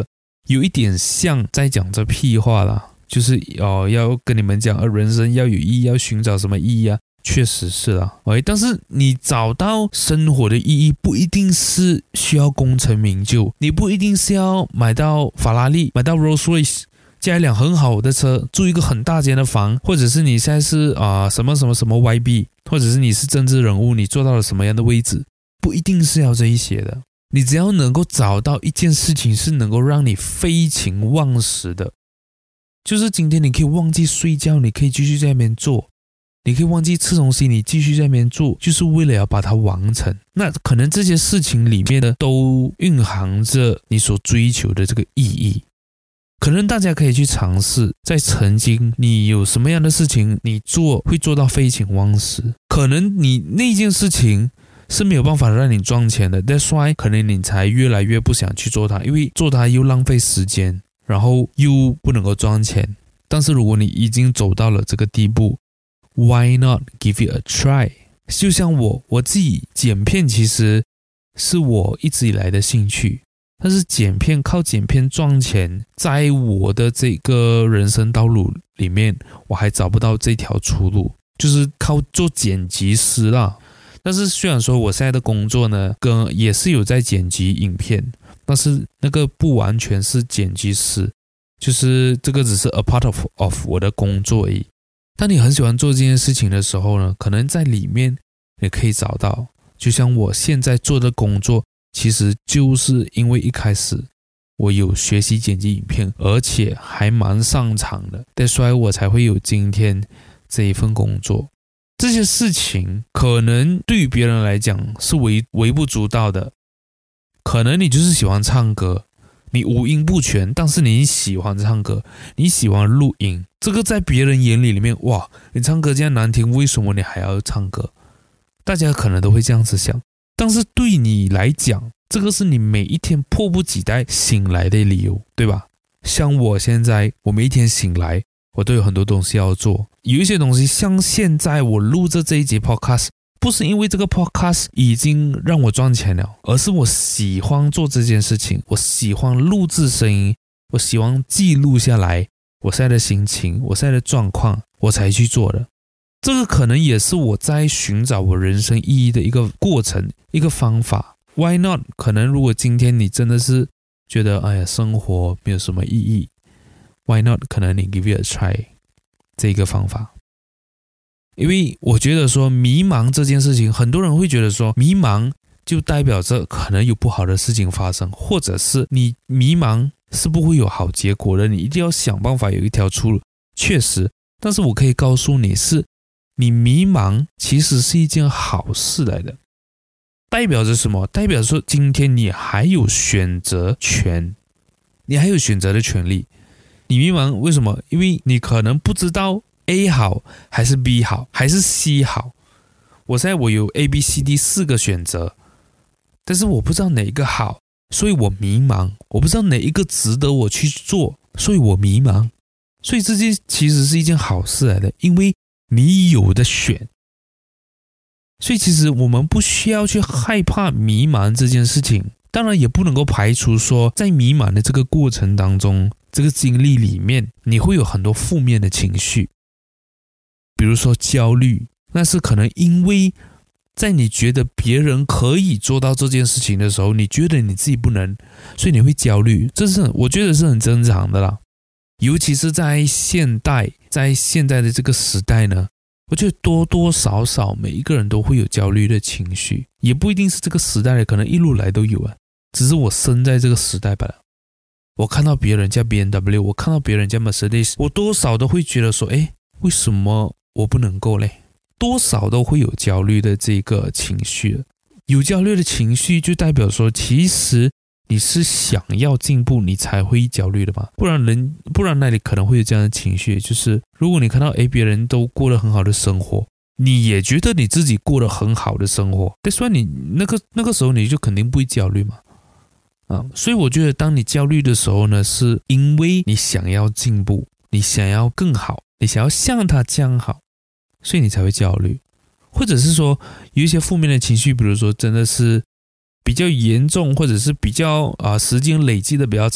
有一点像在讲这屁话啦，就是哦要跟你们讲，呃，人生要有意义，要寻找什么意义啊？确实是啦，哎，但是你找到生活的意义，不一定是需要功成名就，你不一定是要买到法拉利，买到 Rolls Royce， 驾一辆很好的车，住一个很大间的房，或者是你现在是啊、呃、什么什么什么 Y B， 或者是你是政治人物，你做到了什么样的位置，不一定是要这一些的。你只要能够找到一件事情是能够让你废寝忘食的，就是今天你可以忘记睡觉，你可以继续在那边做，你可以忘记吃东西，你继续在那边做，就是为了要把它完成。那可能这些事情里面呢，都蕴含着你所追求的这个意义。可能大家可以去尝試，在曾經你有什麼樣的事情你做會做到廢寢忘食，可能你那件事情是沒有辦法讓你賺錢的， that's why 可能你才越來越不想去做它，因為做它又浪費時間，然後又不能夠賺錢。但是如果你已經走到了這個地步， why not give it a try？ 就像我我自己剪片其實是我一直以來的興趣，但是剪片靠剪片賺錢，在我的這個人生道路裡面我還找不到這條出路，就是靠做剪輯師啦。但是雖然說我現在的工作呢跟也是有在剪輯影片，但是那個不完全是剪輯師，就是這個只是 a part of, of 我的工作而已。當你很喜歡做這件事情的時候呢，可能在裡面你可以找到，就像我現在做的工作其實就是因為一開始我有學習剪輯影片，而且還蠻擅長的，所以我才會有今天這一份工作。這些事情可能對於別人來講是 微, 微不足道的，可能你就是喜歡唱歌，你五音不全，但是你喜歡唱歌，你喜歡錄音，這個在別人眼裡裡面，哇，你唱歌這樣難聽，為什麼你還要唱歌？大家可能都會這樣子想，但是對你來講，這個是你每一天迫不及待醒來的理由，對吧？像我現在，我每一天醒來，我都有很多東西要做，有一些東西像現在我錄着這一集 podcast， 不是因為這個 podcast 已經讓我賺錢了，而是我喜歡做這件事情，我喜歡錄製聲音，我喜歡記錄下來我現在的心情，我現在的狀況，我才去做的。這個可能也是我在尋找我人生意義的一個過程，一個方法。Why not？ 可能如果今天你真的是覺得哎呀生活沒有什麼意義， Why not？ 可能你 give it a try 這個方法。因為我覺得說迷茫這件事情，很多人會覺得說迷茫就代表着可能有不好的事情發生，或者是你迷茫是不會有好結果的，你一定要想辦法有一條出路。確實，但是我可以告訴你是你迷茫其實是一件好事來的，代表着什麼？代表說今天你還有選擇權，你還有選擇的權利。你迷茫為什麼？因為你可能不知道 A 好還是 B 好還是 C 好。我現在我有 A B C D 四個選擇，但是我不知道哪一個好，所以我迷茫。我不知道哪一個值得我去做，所以我迷茫。所以這件其實是一件好事來的，因為你有的選。所以其實我們不需要去害怕迷茫這件事情，當然也不能夠排除說在迷茫的這個過程當中，這個經歷裡面你會有很多負面的情緒，比如說焦慮，那是可能因為在你覺得別人可以做到這件事情的時候，你覺得你自己不能，所以你會焦慮，這是我覺得是很正常的啦。尤其是在現代，在現在的這個時代呢，我覺得多多少少每一個人都會有焦慮的情緒，也不一定是這個時代的，可能一路來都有啊，只是我生在這個時代罷了。我看到別人家 B M W， 我看到別人家 Mercedes， 我多少都會覺得說，誒，為什麼我不能夠嘞？多少都會有焦慮的這個情緒，有焦慮的情緒就代表說，其實你是想要進步，你才會焦慮的嘛，不然人不然那裡可能會有這樣的情緒，就是如果你看到誒別人都過得很好的生活，你也覺得你自己過得很好的生活，所以你那個那個時候你就肯定不會焦慮嘛，啊，所以我覺得當你焦慮的時候呢，是因為你想要進步，你想要更好，你想要像他這樣好，所以你才會焦慮，或者是說有一些負面的情緒，比如說真的是比較嚴重，或者是比較啊、呃、時間累積的比較長，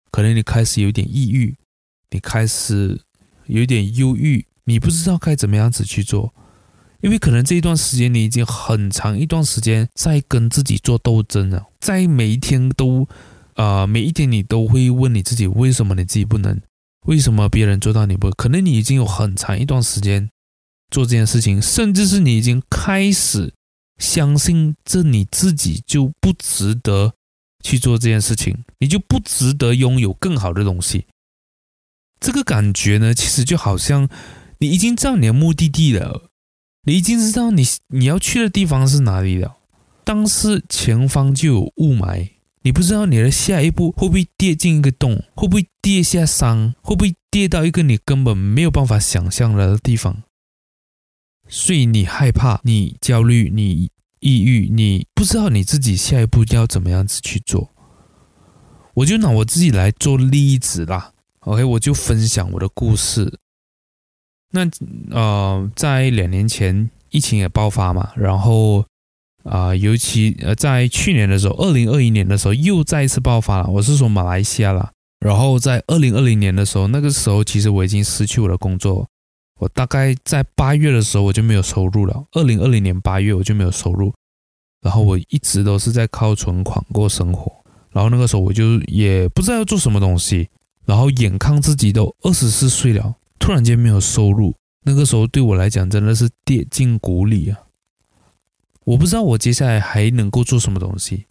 可能你开始有点抑郁，你开始有点忧郁，你不知道该怎么样子去做，因为可能这一段时间你已经很长一段时间在跟自己做斗争了，在每一天都呃，每一天你都会问你自己，为什么你自己不能，为什么别人做到你不，可能你已经有很长一段时间做这件事情，甚至是你已经开始相信这你自己就不值得去做这件事情，你就不值得拥有更好的东西。这个感觉呢，其实就好像你已经知道你的目的地了，你已经知道你你要去的地方是哪里了，但是前方就有雾霾，你不知道你的下一步会不会跌进一个洞，会不会跌下山，会不会跌到一个你根本没有办法想象的地方。所以你害怕，你焦虑，你抑郁，你不知道你自己下一步要怎么样子去做。我就拿我自己来做例子啦 OK， 我就分享我的故事。那呃，在两年前疫情也爆发嘛，然后啊、呃，尤其呃在去年的时候，二零二一年的时候又再一次爆发了。我是说马来西亚啦。然后在二零二零年的时候，那个时候其实我已经失去我的工作，我大概在八月的时候我就没有收入了。二零二零年八月我就没有收入，然后我一直都是在靠存款过生活。然后那个时候我就也不知道要做什么东西，然后眼看自己都二十四岁了，突然间没有收入，那个时候对我来讲真的是跌进谷里啊！我不知道我接下来还能够做什么东西。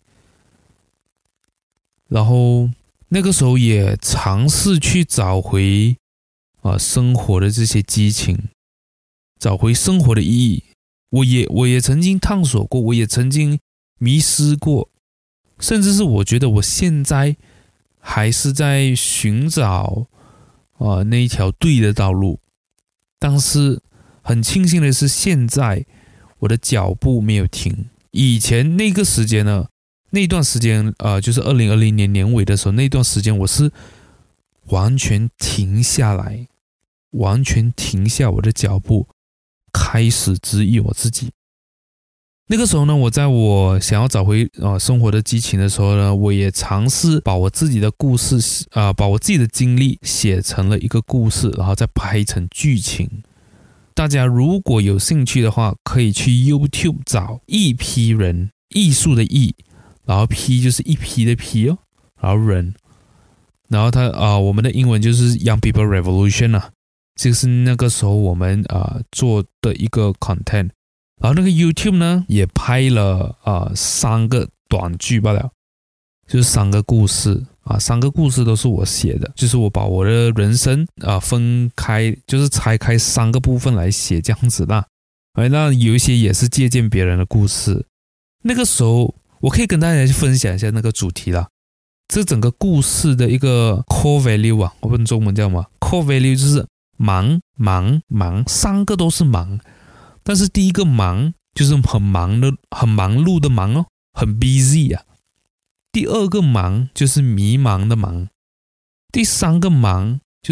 然后那个时候也尝试去找回啊、呃、生活的这些激情，找回生活的意义。我也我也曾经探索过，我也曾经迷失过，甚至是我觉得我现在还是在寻找啊、呃、那一条对的道路。但是很庆幸的是，现在我的脚步没有停。以前那个时间呢，那段时间呃，就是二零二零年年尾的时候，那段时间我是完全停下来，完全停下我的脚步，开始质疑我自己。那个时候呢，我在我想要找回呃生活的激情的时候呢，我也尝试把我自己的故事啊、呃，把我自己的经历写成了一个故事，然后再拍成剧情。大家如果有兴趣的话，可以去 YouTube 找一批人，艺术的艺，然后批就是一批的批哦，然后人，然后他啊、呃，我们的英文就是 Young People Revolution 啊，就是那个时候我们啊、呃、做的一个 content。然后那个 YouTube 呢也拍了啊、呃、三个短剧罢了，就是三个故事啊，三个故事都是我写的，就是我把我的人生啊分开，就是拆开三个部分来写这样子啦。哎，那有一些也是借鉴别人的故事。那个时候我可以跟大家去分享一下那个主题啦。这整个故事的一个 core value 啊，我问中文叫什么 ？core value 就是忙忙忙，三个都是忙。但是第一个忙就是很忙的、很忙碌的忙哦，很 busy 啊。第二个忙就是迷茫的忙。第三个忙就是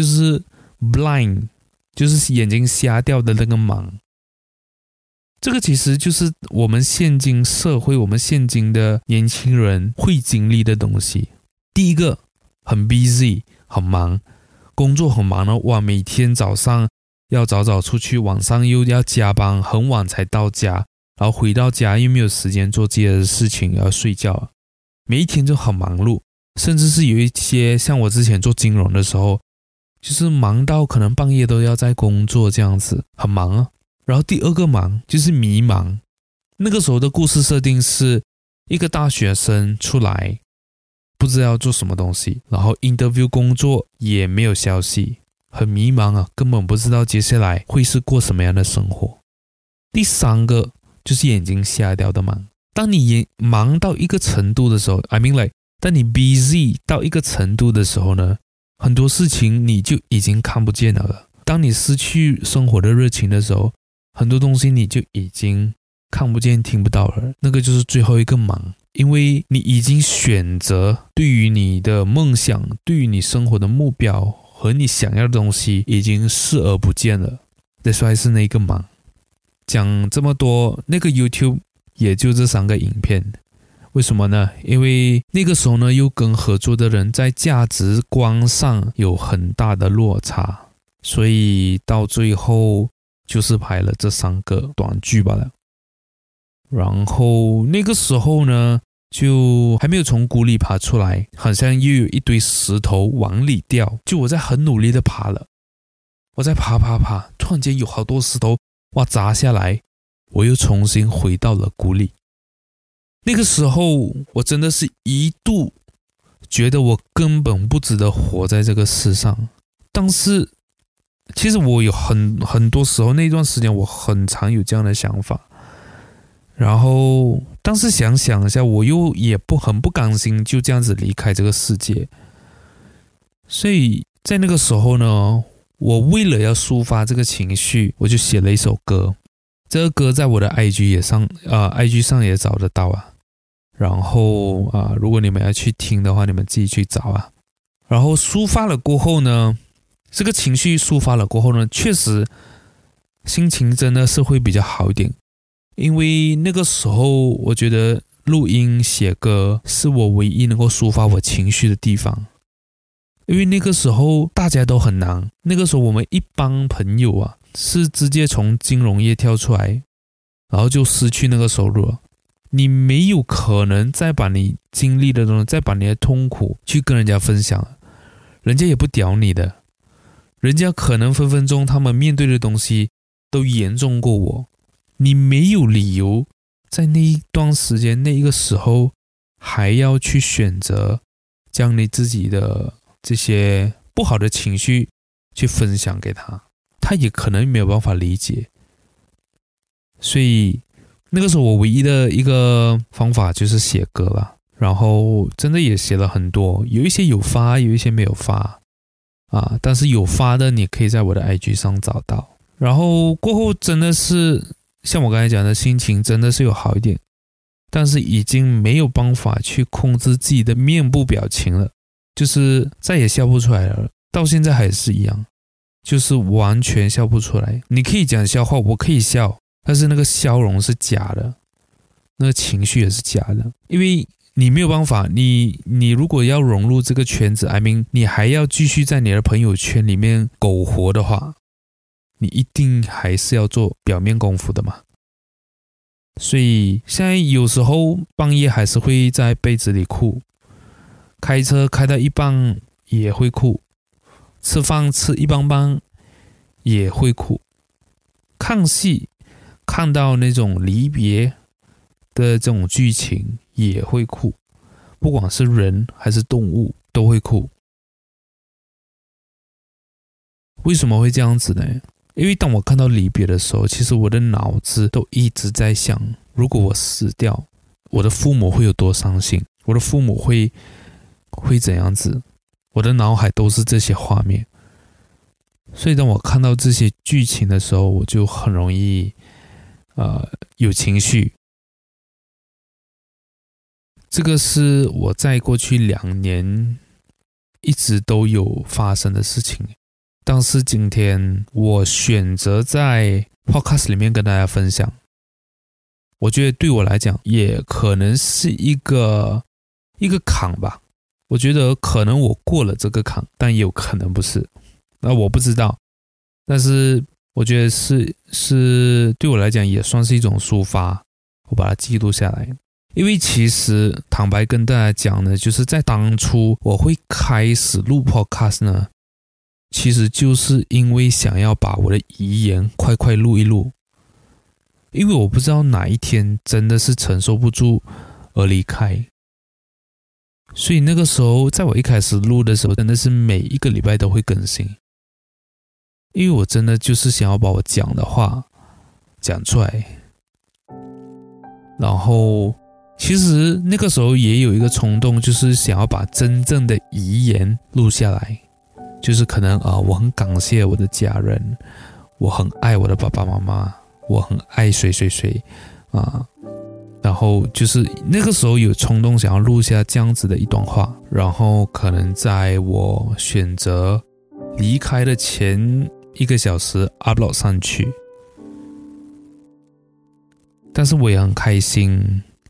blind， 就是眼睛瞎掉的那个忙。这个其实就是我们现今社会、我们现今的年轻人会经历的东西。第一个很 busy， 很忙，工作很忙的，哇，每天早上要早早出去，晚上又要加班，很晚才到家，然后回到家又没有时间做自己的事情，要睡觉，每一天就很忙碌。甚至是有一些像我之前做金融的时候，就是忙到可能半夜都要在工作这样子，很忙啊。然后第二个忙就是迷茫。那个时候的故事设定是一个大学生出来，不知道要做什么东西，然后 interview 工作也没有消息，很迷茫啊，根本不知道接下来会是过什么样的生活。第三个就是眼睛瞎掉的忙。当你忙到一个程度的时候 I mean like 当你 busy 到一个程度的时候呢，很多事情你就已经看不见了了。当你失去生活的热情的时候，很多东西你就已经看不见听不到了。那个就是最后一个忙，因为你已经选择对于你的梦想，对于你生活的目标和你想要的东西已经视而不见了。That's why 是那个忙。讲这么多，那个 YouTube 也就这三个影片， 为什么呢？因为那个时候呢，又跟合作的人在价值观上有很大的落差，所以到最后就是拍了这三个短剧罢了。然后那个时候呢，就还没有从谷里爬出来，好像又有一堆石头往里掉，就我在很努力的爬了，我在爬爬爬，突然间有好多石头哇砸下来，我又重新回到了谷里。那个时候我真的是一度觉得我根本不值得活在这个世上。但是其实我有很很多时候那段时间我很常有这样的想法，然后但是想想一下，我又也不很不甘心就这样子离开这个世界。所以在那个时候呢，我为了要抒发这个情绪，我就写了一首歌。这个歌在我的 I G 也上呃 I G 上也找得到啊。然后啊、呃，如果你们要去听的话，你们自己去找啊。然后抒发了过后呢，这个情绪抒发了过后呢，确实心情真的是会比较好一点。因为那个时候我觉得录音写歌是我唯一能够抒发我情绪的地方。因为那个时候大家都很难，那个时候我们一帮朋友啊，是直接从金融业跳出来，然后就失去那个收入了。你没有可能再把你经历的东西，再把你的痛苦去跟人家分享，人家也不屌你的，人家可能分分钟他们面对的东西都严重过我。你没有理由在那一段时间那一个时候还要去选择将你自己的这些不好的情绪去分享给他，他也可能没有办法理解。所以那个时候我唯一的一个方法就是写歌了，然后真的也写了很多，有一些有发，有一些没有发啊，但是有发的你可以在我的 I G 上找到。然后过后真的是像我刚才讲的，心情真的是有好一点，但是已经没有办法去控制自己的面部表情了，就是再也笑不出来了，到现在还是一样，就是完全笑不出来。你可以讲笑话，我可以笑，但是那个笑容是假的，那个情绪也是假的，因为你没有办法，你你如果要融入这个圈子 I mean 你还要继续在你的朋友圈里面苟活的话，你一定还是要做表面功夫的嘛。所以现在有时候半夜还是会在被子里哭，开车开到一半也会哭，吃饭吃一半半也会哭，看戏看到那种离别的这种剧情也会哭，不管是人还是动物都会哭。为什么会这样子呢？因为当我看到离别的时候，其实我的脑子都一直在想，如果我死掉，我的父母会有多伤心，我的父母会会怎样子，我的脑海都是这些画面。所以当我看到这些剧情的时候，我就很容易呃有情绪。这个是我在过去两年一直都有发生的事情，但是今天我选择在 podcast 里面跟大家分享，我觉得对我来讲也可能是一个一个坎吧。我觉得可能我过了这个坎，但也有可能不是，那我不知道。但是我觉得是是对我来讲也算是一种抒发，我把它记录下来。因为其实坦白跟大家讲呢，就是在当初我会开始录 podcast 呢，其实就是因为想要把我的遗言快快录一录，因为我不知道哪一天真的是承受不住而离开。所以那个时候在我一开始录的时候，真的是每一个礼拜都会更新，因为我真的就是想要把我讲的话讲出来。然后其实那个时候也有一个冲动，就是想要把真正的遗言录下来，就是可能啊、呃，我很感谢我的家人，我很爱我的爸爸妈妈，我很爱谁谁谁啊，然后就是那个时候有冲动想要录下这样子的一段话，然后可能在我选择离开的前一个小时 upload 上去。但是我也很开心，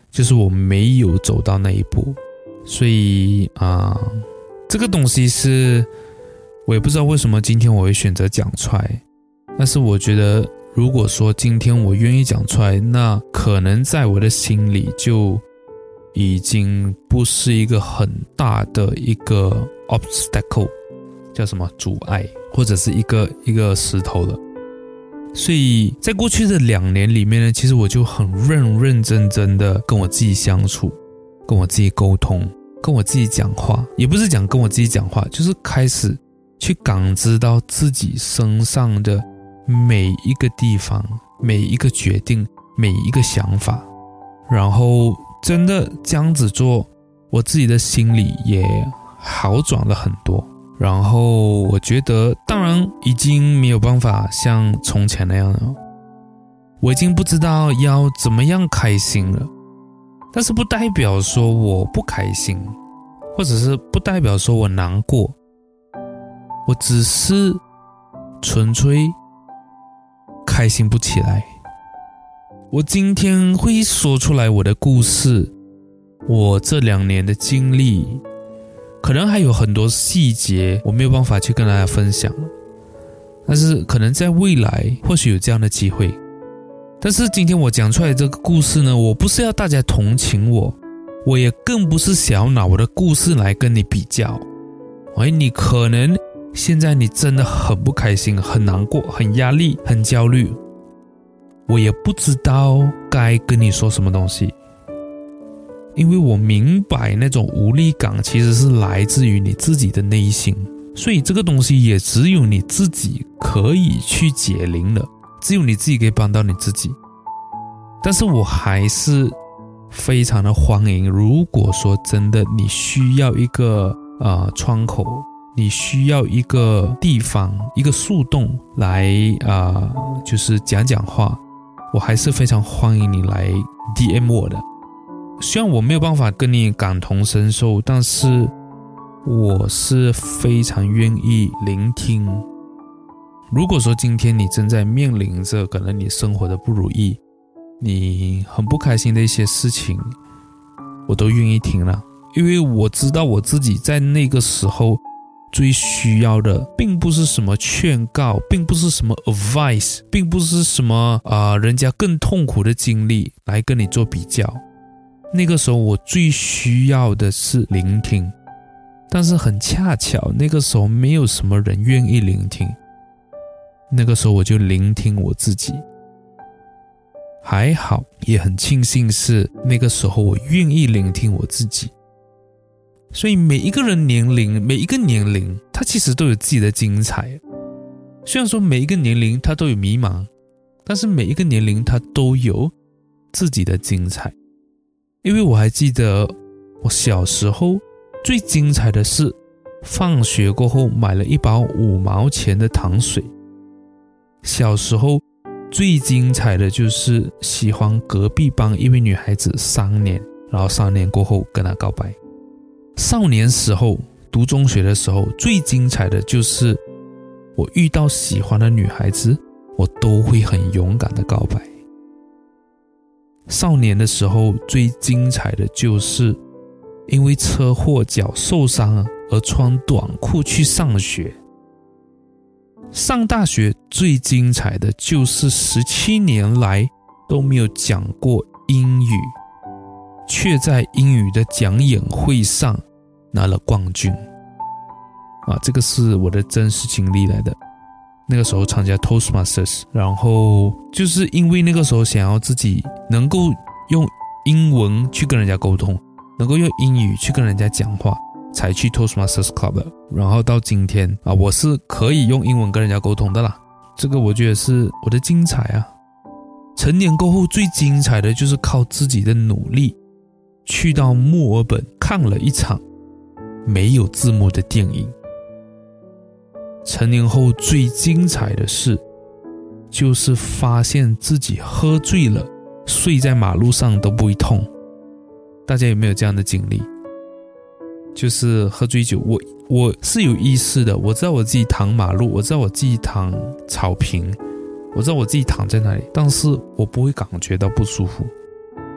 就是我没有走到那一步。所以啊、呃，这个东西是我也不知道为什么今天我会选择讲出来，但是我觉得如果说今天我愿意讲出来，那可能在我的心里就已经不是一个很大的一个 obstacle， 叫什么阻碍，或者是一个一个石头了。所以在过去的两年里面呢，其实我就很认认真真的跟我自己相处，跟我自己沟通，跟我自己讲话，也不是讲跟我自己讲话，就是开始去感知到自己身上的每一个地方，每一个决定，每一个想法，然后真的这样子做，我自己的心里也好转了很多。然后我觉得当然已经没有办法像从前那样了，我已经不知道要怎么样开心了，但是不代表说我不开心，或者是不代表说我难过，我只是纯粹开心不起来。我今天会说出来我的故事，我这两年的经历，可能还有很多细节我没有办法去跟大家分享，但是可能在未来或许有这样的机会。但是今天我讲出来这个故事呢，我不是要大家同情我，我也更不是想要拿我的故事来跟你比较。而你可能现在你真的很不开心，很难过，很压力，很焦虑，我也不知道该跟你说什么东西，因为我明白那种无力感其实是来自于你自己的内心，所以这个东西也只有你自己可以去解铃了，只有你自己可以帮到你自己。但是我还是非常的欢迎，如果说真的你需要一个呃窗口，你需要一个地方，一个树洞来呃就是讲讲话，我还是非常欢迎你来 D M 我的。虽然我没有办法跟你感同身受，但是我是非常愿意聆听。如果说今天你正在面临着可能你生活的不如意，你很不开心的一些事情，我都愿意听了，因为我知道我自己在那个时候最需要的并不是什么劝告，并不是什么 advice， 并不是什么呃人家更痛苦的经历来跟你做比较。那个时候我最需要的是聆听，但是很恰巧那个时候没有什么人愿意聆听，那个时候我就聆听我自己。还好，也很庆幸是那个时候我愿意聆听我自己。所以每一个人年龄，每一个年龄他其实都有自己的精彩。虽然说每一个年龄他都有迷茫，但是每一个年龄他都有自己的精彩。因为我还记得我小时候最精彩的是放学过后买了一包五毛钱的糖水，小时候最精彩的就是喜欢隔壁班一位女孩子三年，然后三年过后跟她告白。少年时候读中学的时候最精彩的就是我遇到喜欢的女孩子，我都会很勇敢的告白。少年的时候最精彩的就是因为车祸脚受伤而穿短裤去上学。上大学最精彩的就是十七年来都没有讲过英语，却在英语的讲演会上拿了冠军。啊，这个是我的真实经历来的。那个时候参加 Toastmasters， 然后就是因为那个时候想要自己能够用英文去跟人家沟通，能够用英语去跟人家讲话，才去 Toastmasters Club 的。然后到今天啊，我是可以用英文跟人家沟通的啦，这个我觉得是我的精彩啊。成年过后最精彩的就是靠自己的努力去到墨尔本看了一场没有字幕的电影。成年后最精彩的事就是发现自己喝醉了，睡在马路上都不会痛。大家有没有这样的经历？就是喝醉酒，我我是有意识的，我知道我自己躺马路，我知道我自己躺草坪，我知道我自己躺在那里，但是我不会感觉到不舒服。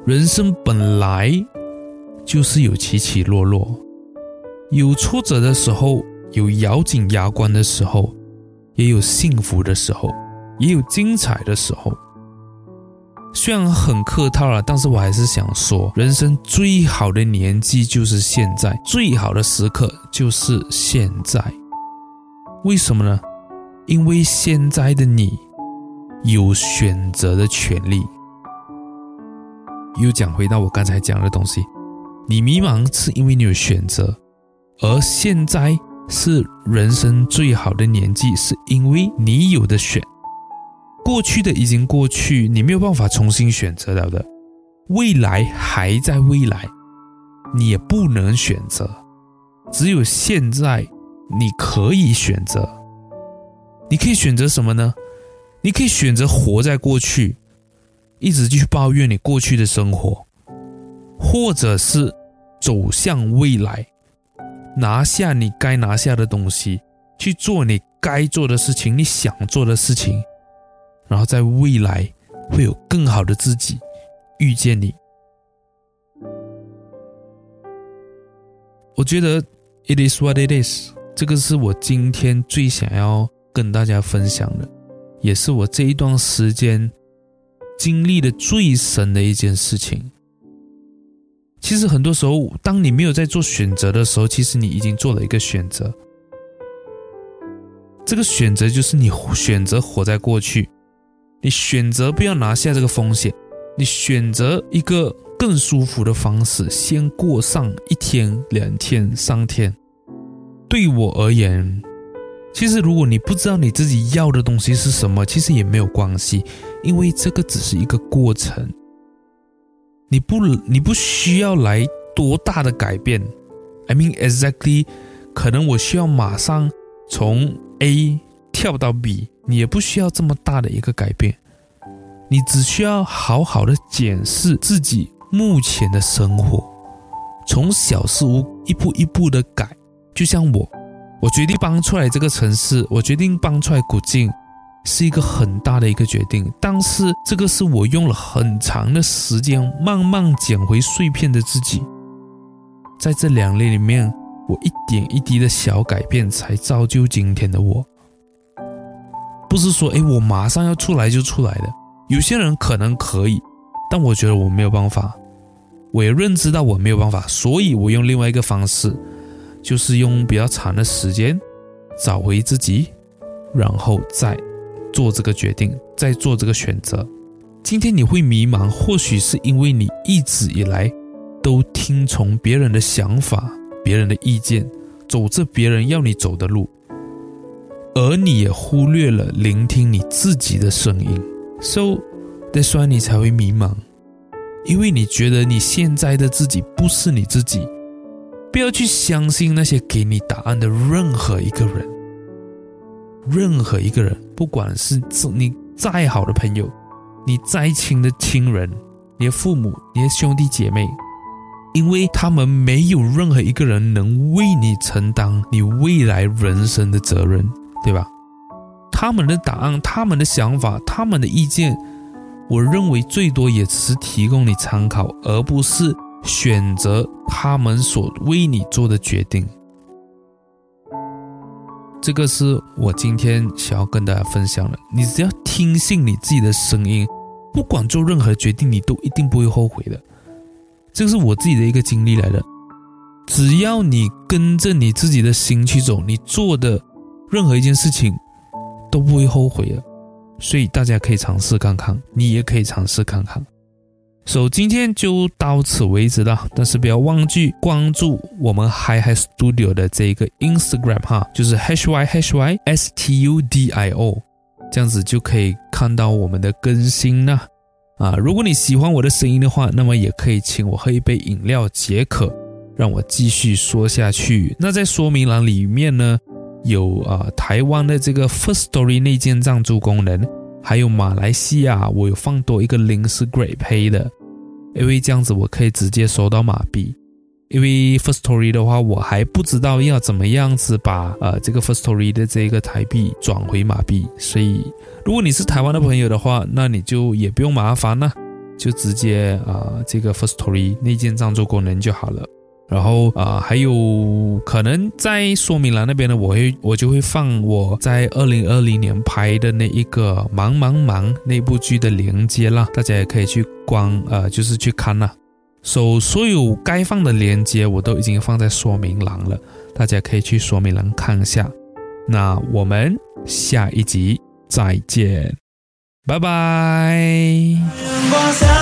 人生本来就是有起起落落，有挫折的时候，有咬紧牙关的时候，也有幸福的时候，也有精彩的时候。虽然很客套了，但是我还是想说，人生最好的年纪就是现在，最好的时刻就是现在。为什么呢？因为现在的你有选择的权利。又讲回到我刚才讲的东西，你迷茫是因为你有选择，而现在是人生最好的年纪，是因为你有的选。过去的已经过去，你没有办法重新选择到的。未来还在未来，你也不能选择。只有现在，你可以选择。你可以选择什么呢？你可以选择活在过去，一直去抱怨你过去的生活，或者是走向未来，拿下你该拿下的东西，去做你该做的事情，你想做的事情。然后在未来会有更好的自己遇见你。我觉得 it is what it is， 这个是我今天最想要跟大家分享的，也是我这一段时间经历的最深的一件事情。其实很多时候，当你没有在做选择的时候，其实你已经做了一个选择。这个选择就是你选择活在过去，你选择不要拿下这个风险，你选择一个更舒服的方式，先过上一天、两天、三天。对我而言，其实如果你不知道你自己要的东西是什么，其实也没有关系，因为这个只是一个过程。你不你不需要来多大的改变。I mean exactly， 可能我需要马上从 A 跳到 B， 你也不需要这么大的一个改变，你只需要好好的检视自己目前的生活，从小事物一步一步的改。就像我我决定搬出来这个城市，我决定搬出来古晋，是一个很大的一个决定，但是这个是我用了很长的时间慢慢捡回碎片的自己。在这两年里面，我一点一滴的小改变才造就今天的我。不是说诶我马上要出来就出来的，有些人可能可以，但我觉得我没有办法。我也认知到我没有办法，所以我用另外一个方式，就是用比较长的时间找回自己，然后再做这个决定，再做这个选择。今天你会迷茫，或许是因为你一直以来都听从别人的想法、别人的意见，走着别人要你走的路，而你也忽略了聆听你自己的声音。 So that's why 你才会迷茫，因为你觉得你现在的自己不是你自己。不要去相信那些给你答案的任何一个人，任何一个人，不管是你再好的朋友，你再亲的亲人，你的父母，你的兄弟姐妹，因为他们没有任何一个人能为你承担你未来人生的责任，对吧？他们的答案，他们的想法，他们的意见，我认为最多也只是提供你参考，而不是选择他们所为你做的决定。这个是我今天想要跟大家分享的。你只要听信你自己的声音，不管做任何决定，你都一定不会后悔的。这是我自己的一个经历来的。只要你跟着你自己的心去走，你做的任何一件事情都不会后悔的。所以大家可以尝试看看，你也可以尝试看看。So 今天就到此为止了，但是不要忘记关注我们 Hi Hi Studio 的这个 Instagram 哈，就是 H Y H Y S T U D I O， 这样子就可以看到我们的更新啦。啊，如果你喜欢我的声音的话，那么也可以请我喝一杯饮料解渴，让我继续说下去。那在说明栏里面呢，有啊、呃、台湾的这个 First Story 内建赞助功能，还有马来西亚我有放多一个零是 Great Pay 的，因为这样子我可以直接收到马币。因为 First Story 的话，我还不知道要怎么样子把呃这个 First Story 的这个台币转回马币，所以如果你是台湾的朋友的话，那你就也不用麻烦了， 就直接啊、呃、这个 Firstory 内建赞助功能就好了。然后啊、呃，还有可能在说明栏那边呢，我会我就会放我在二零二零年拍的那一个《忙忙忙》那部剧的连接啦，大家也可以去观呃，就是去看啦。所、so, 所有该放的连接我都已经放在说明栏了，大家可以去说明栏看一下。那我们下一集再见，拜拜。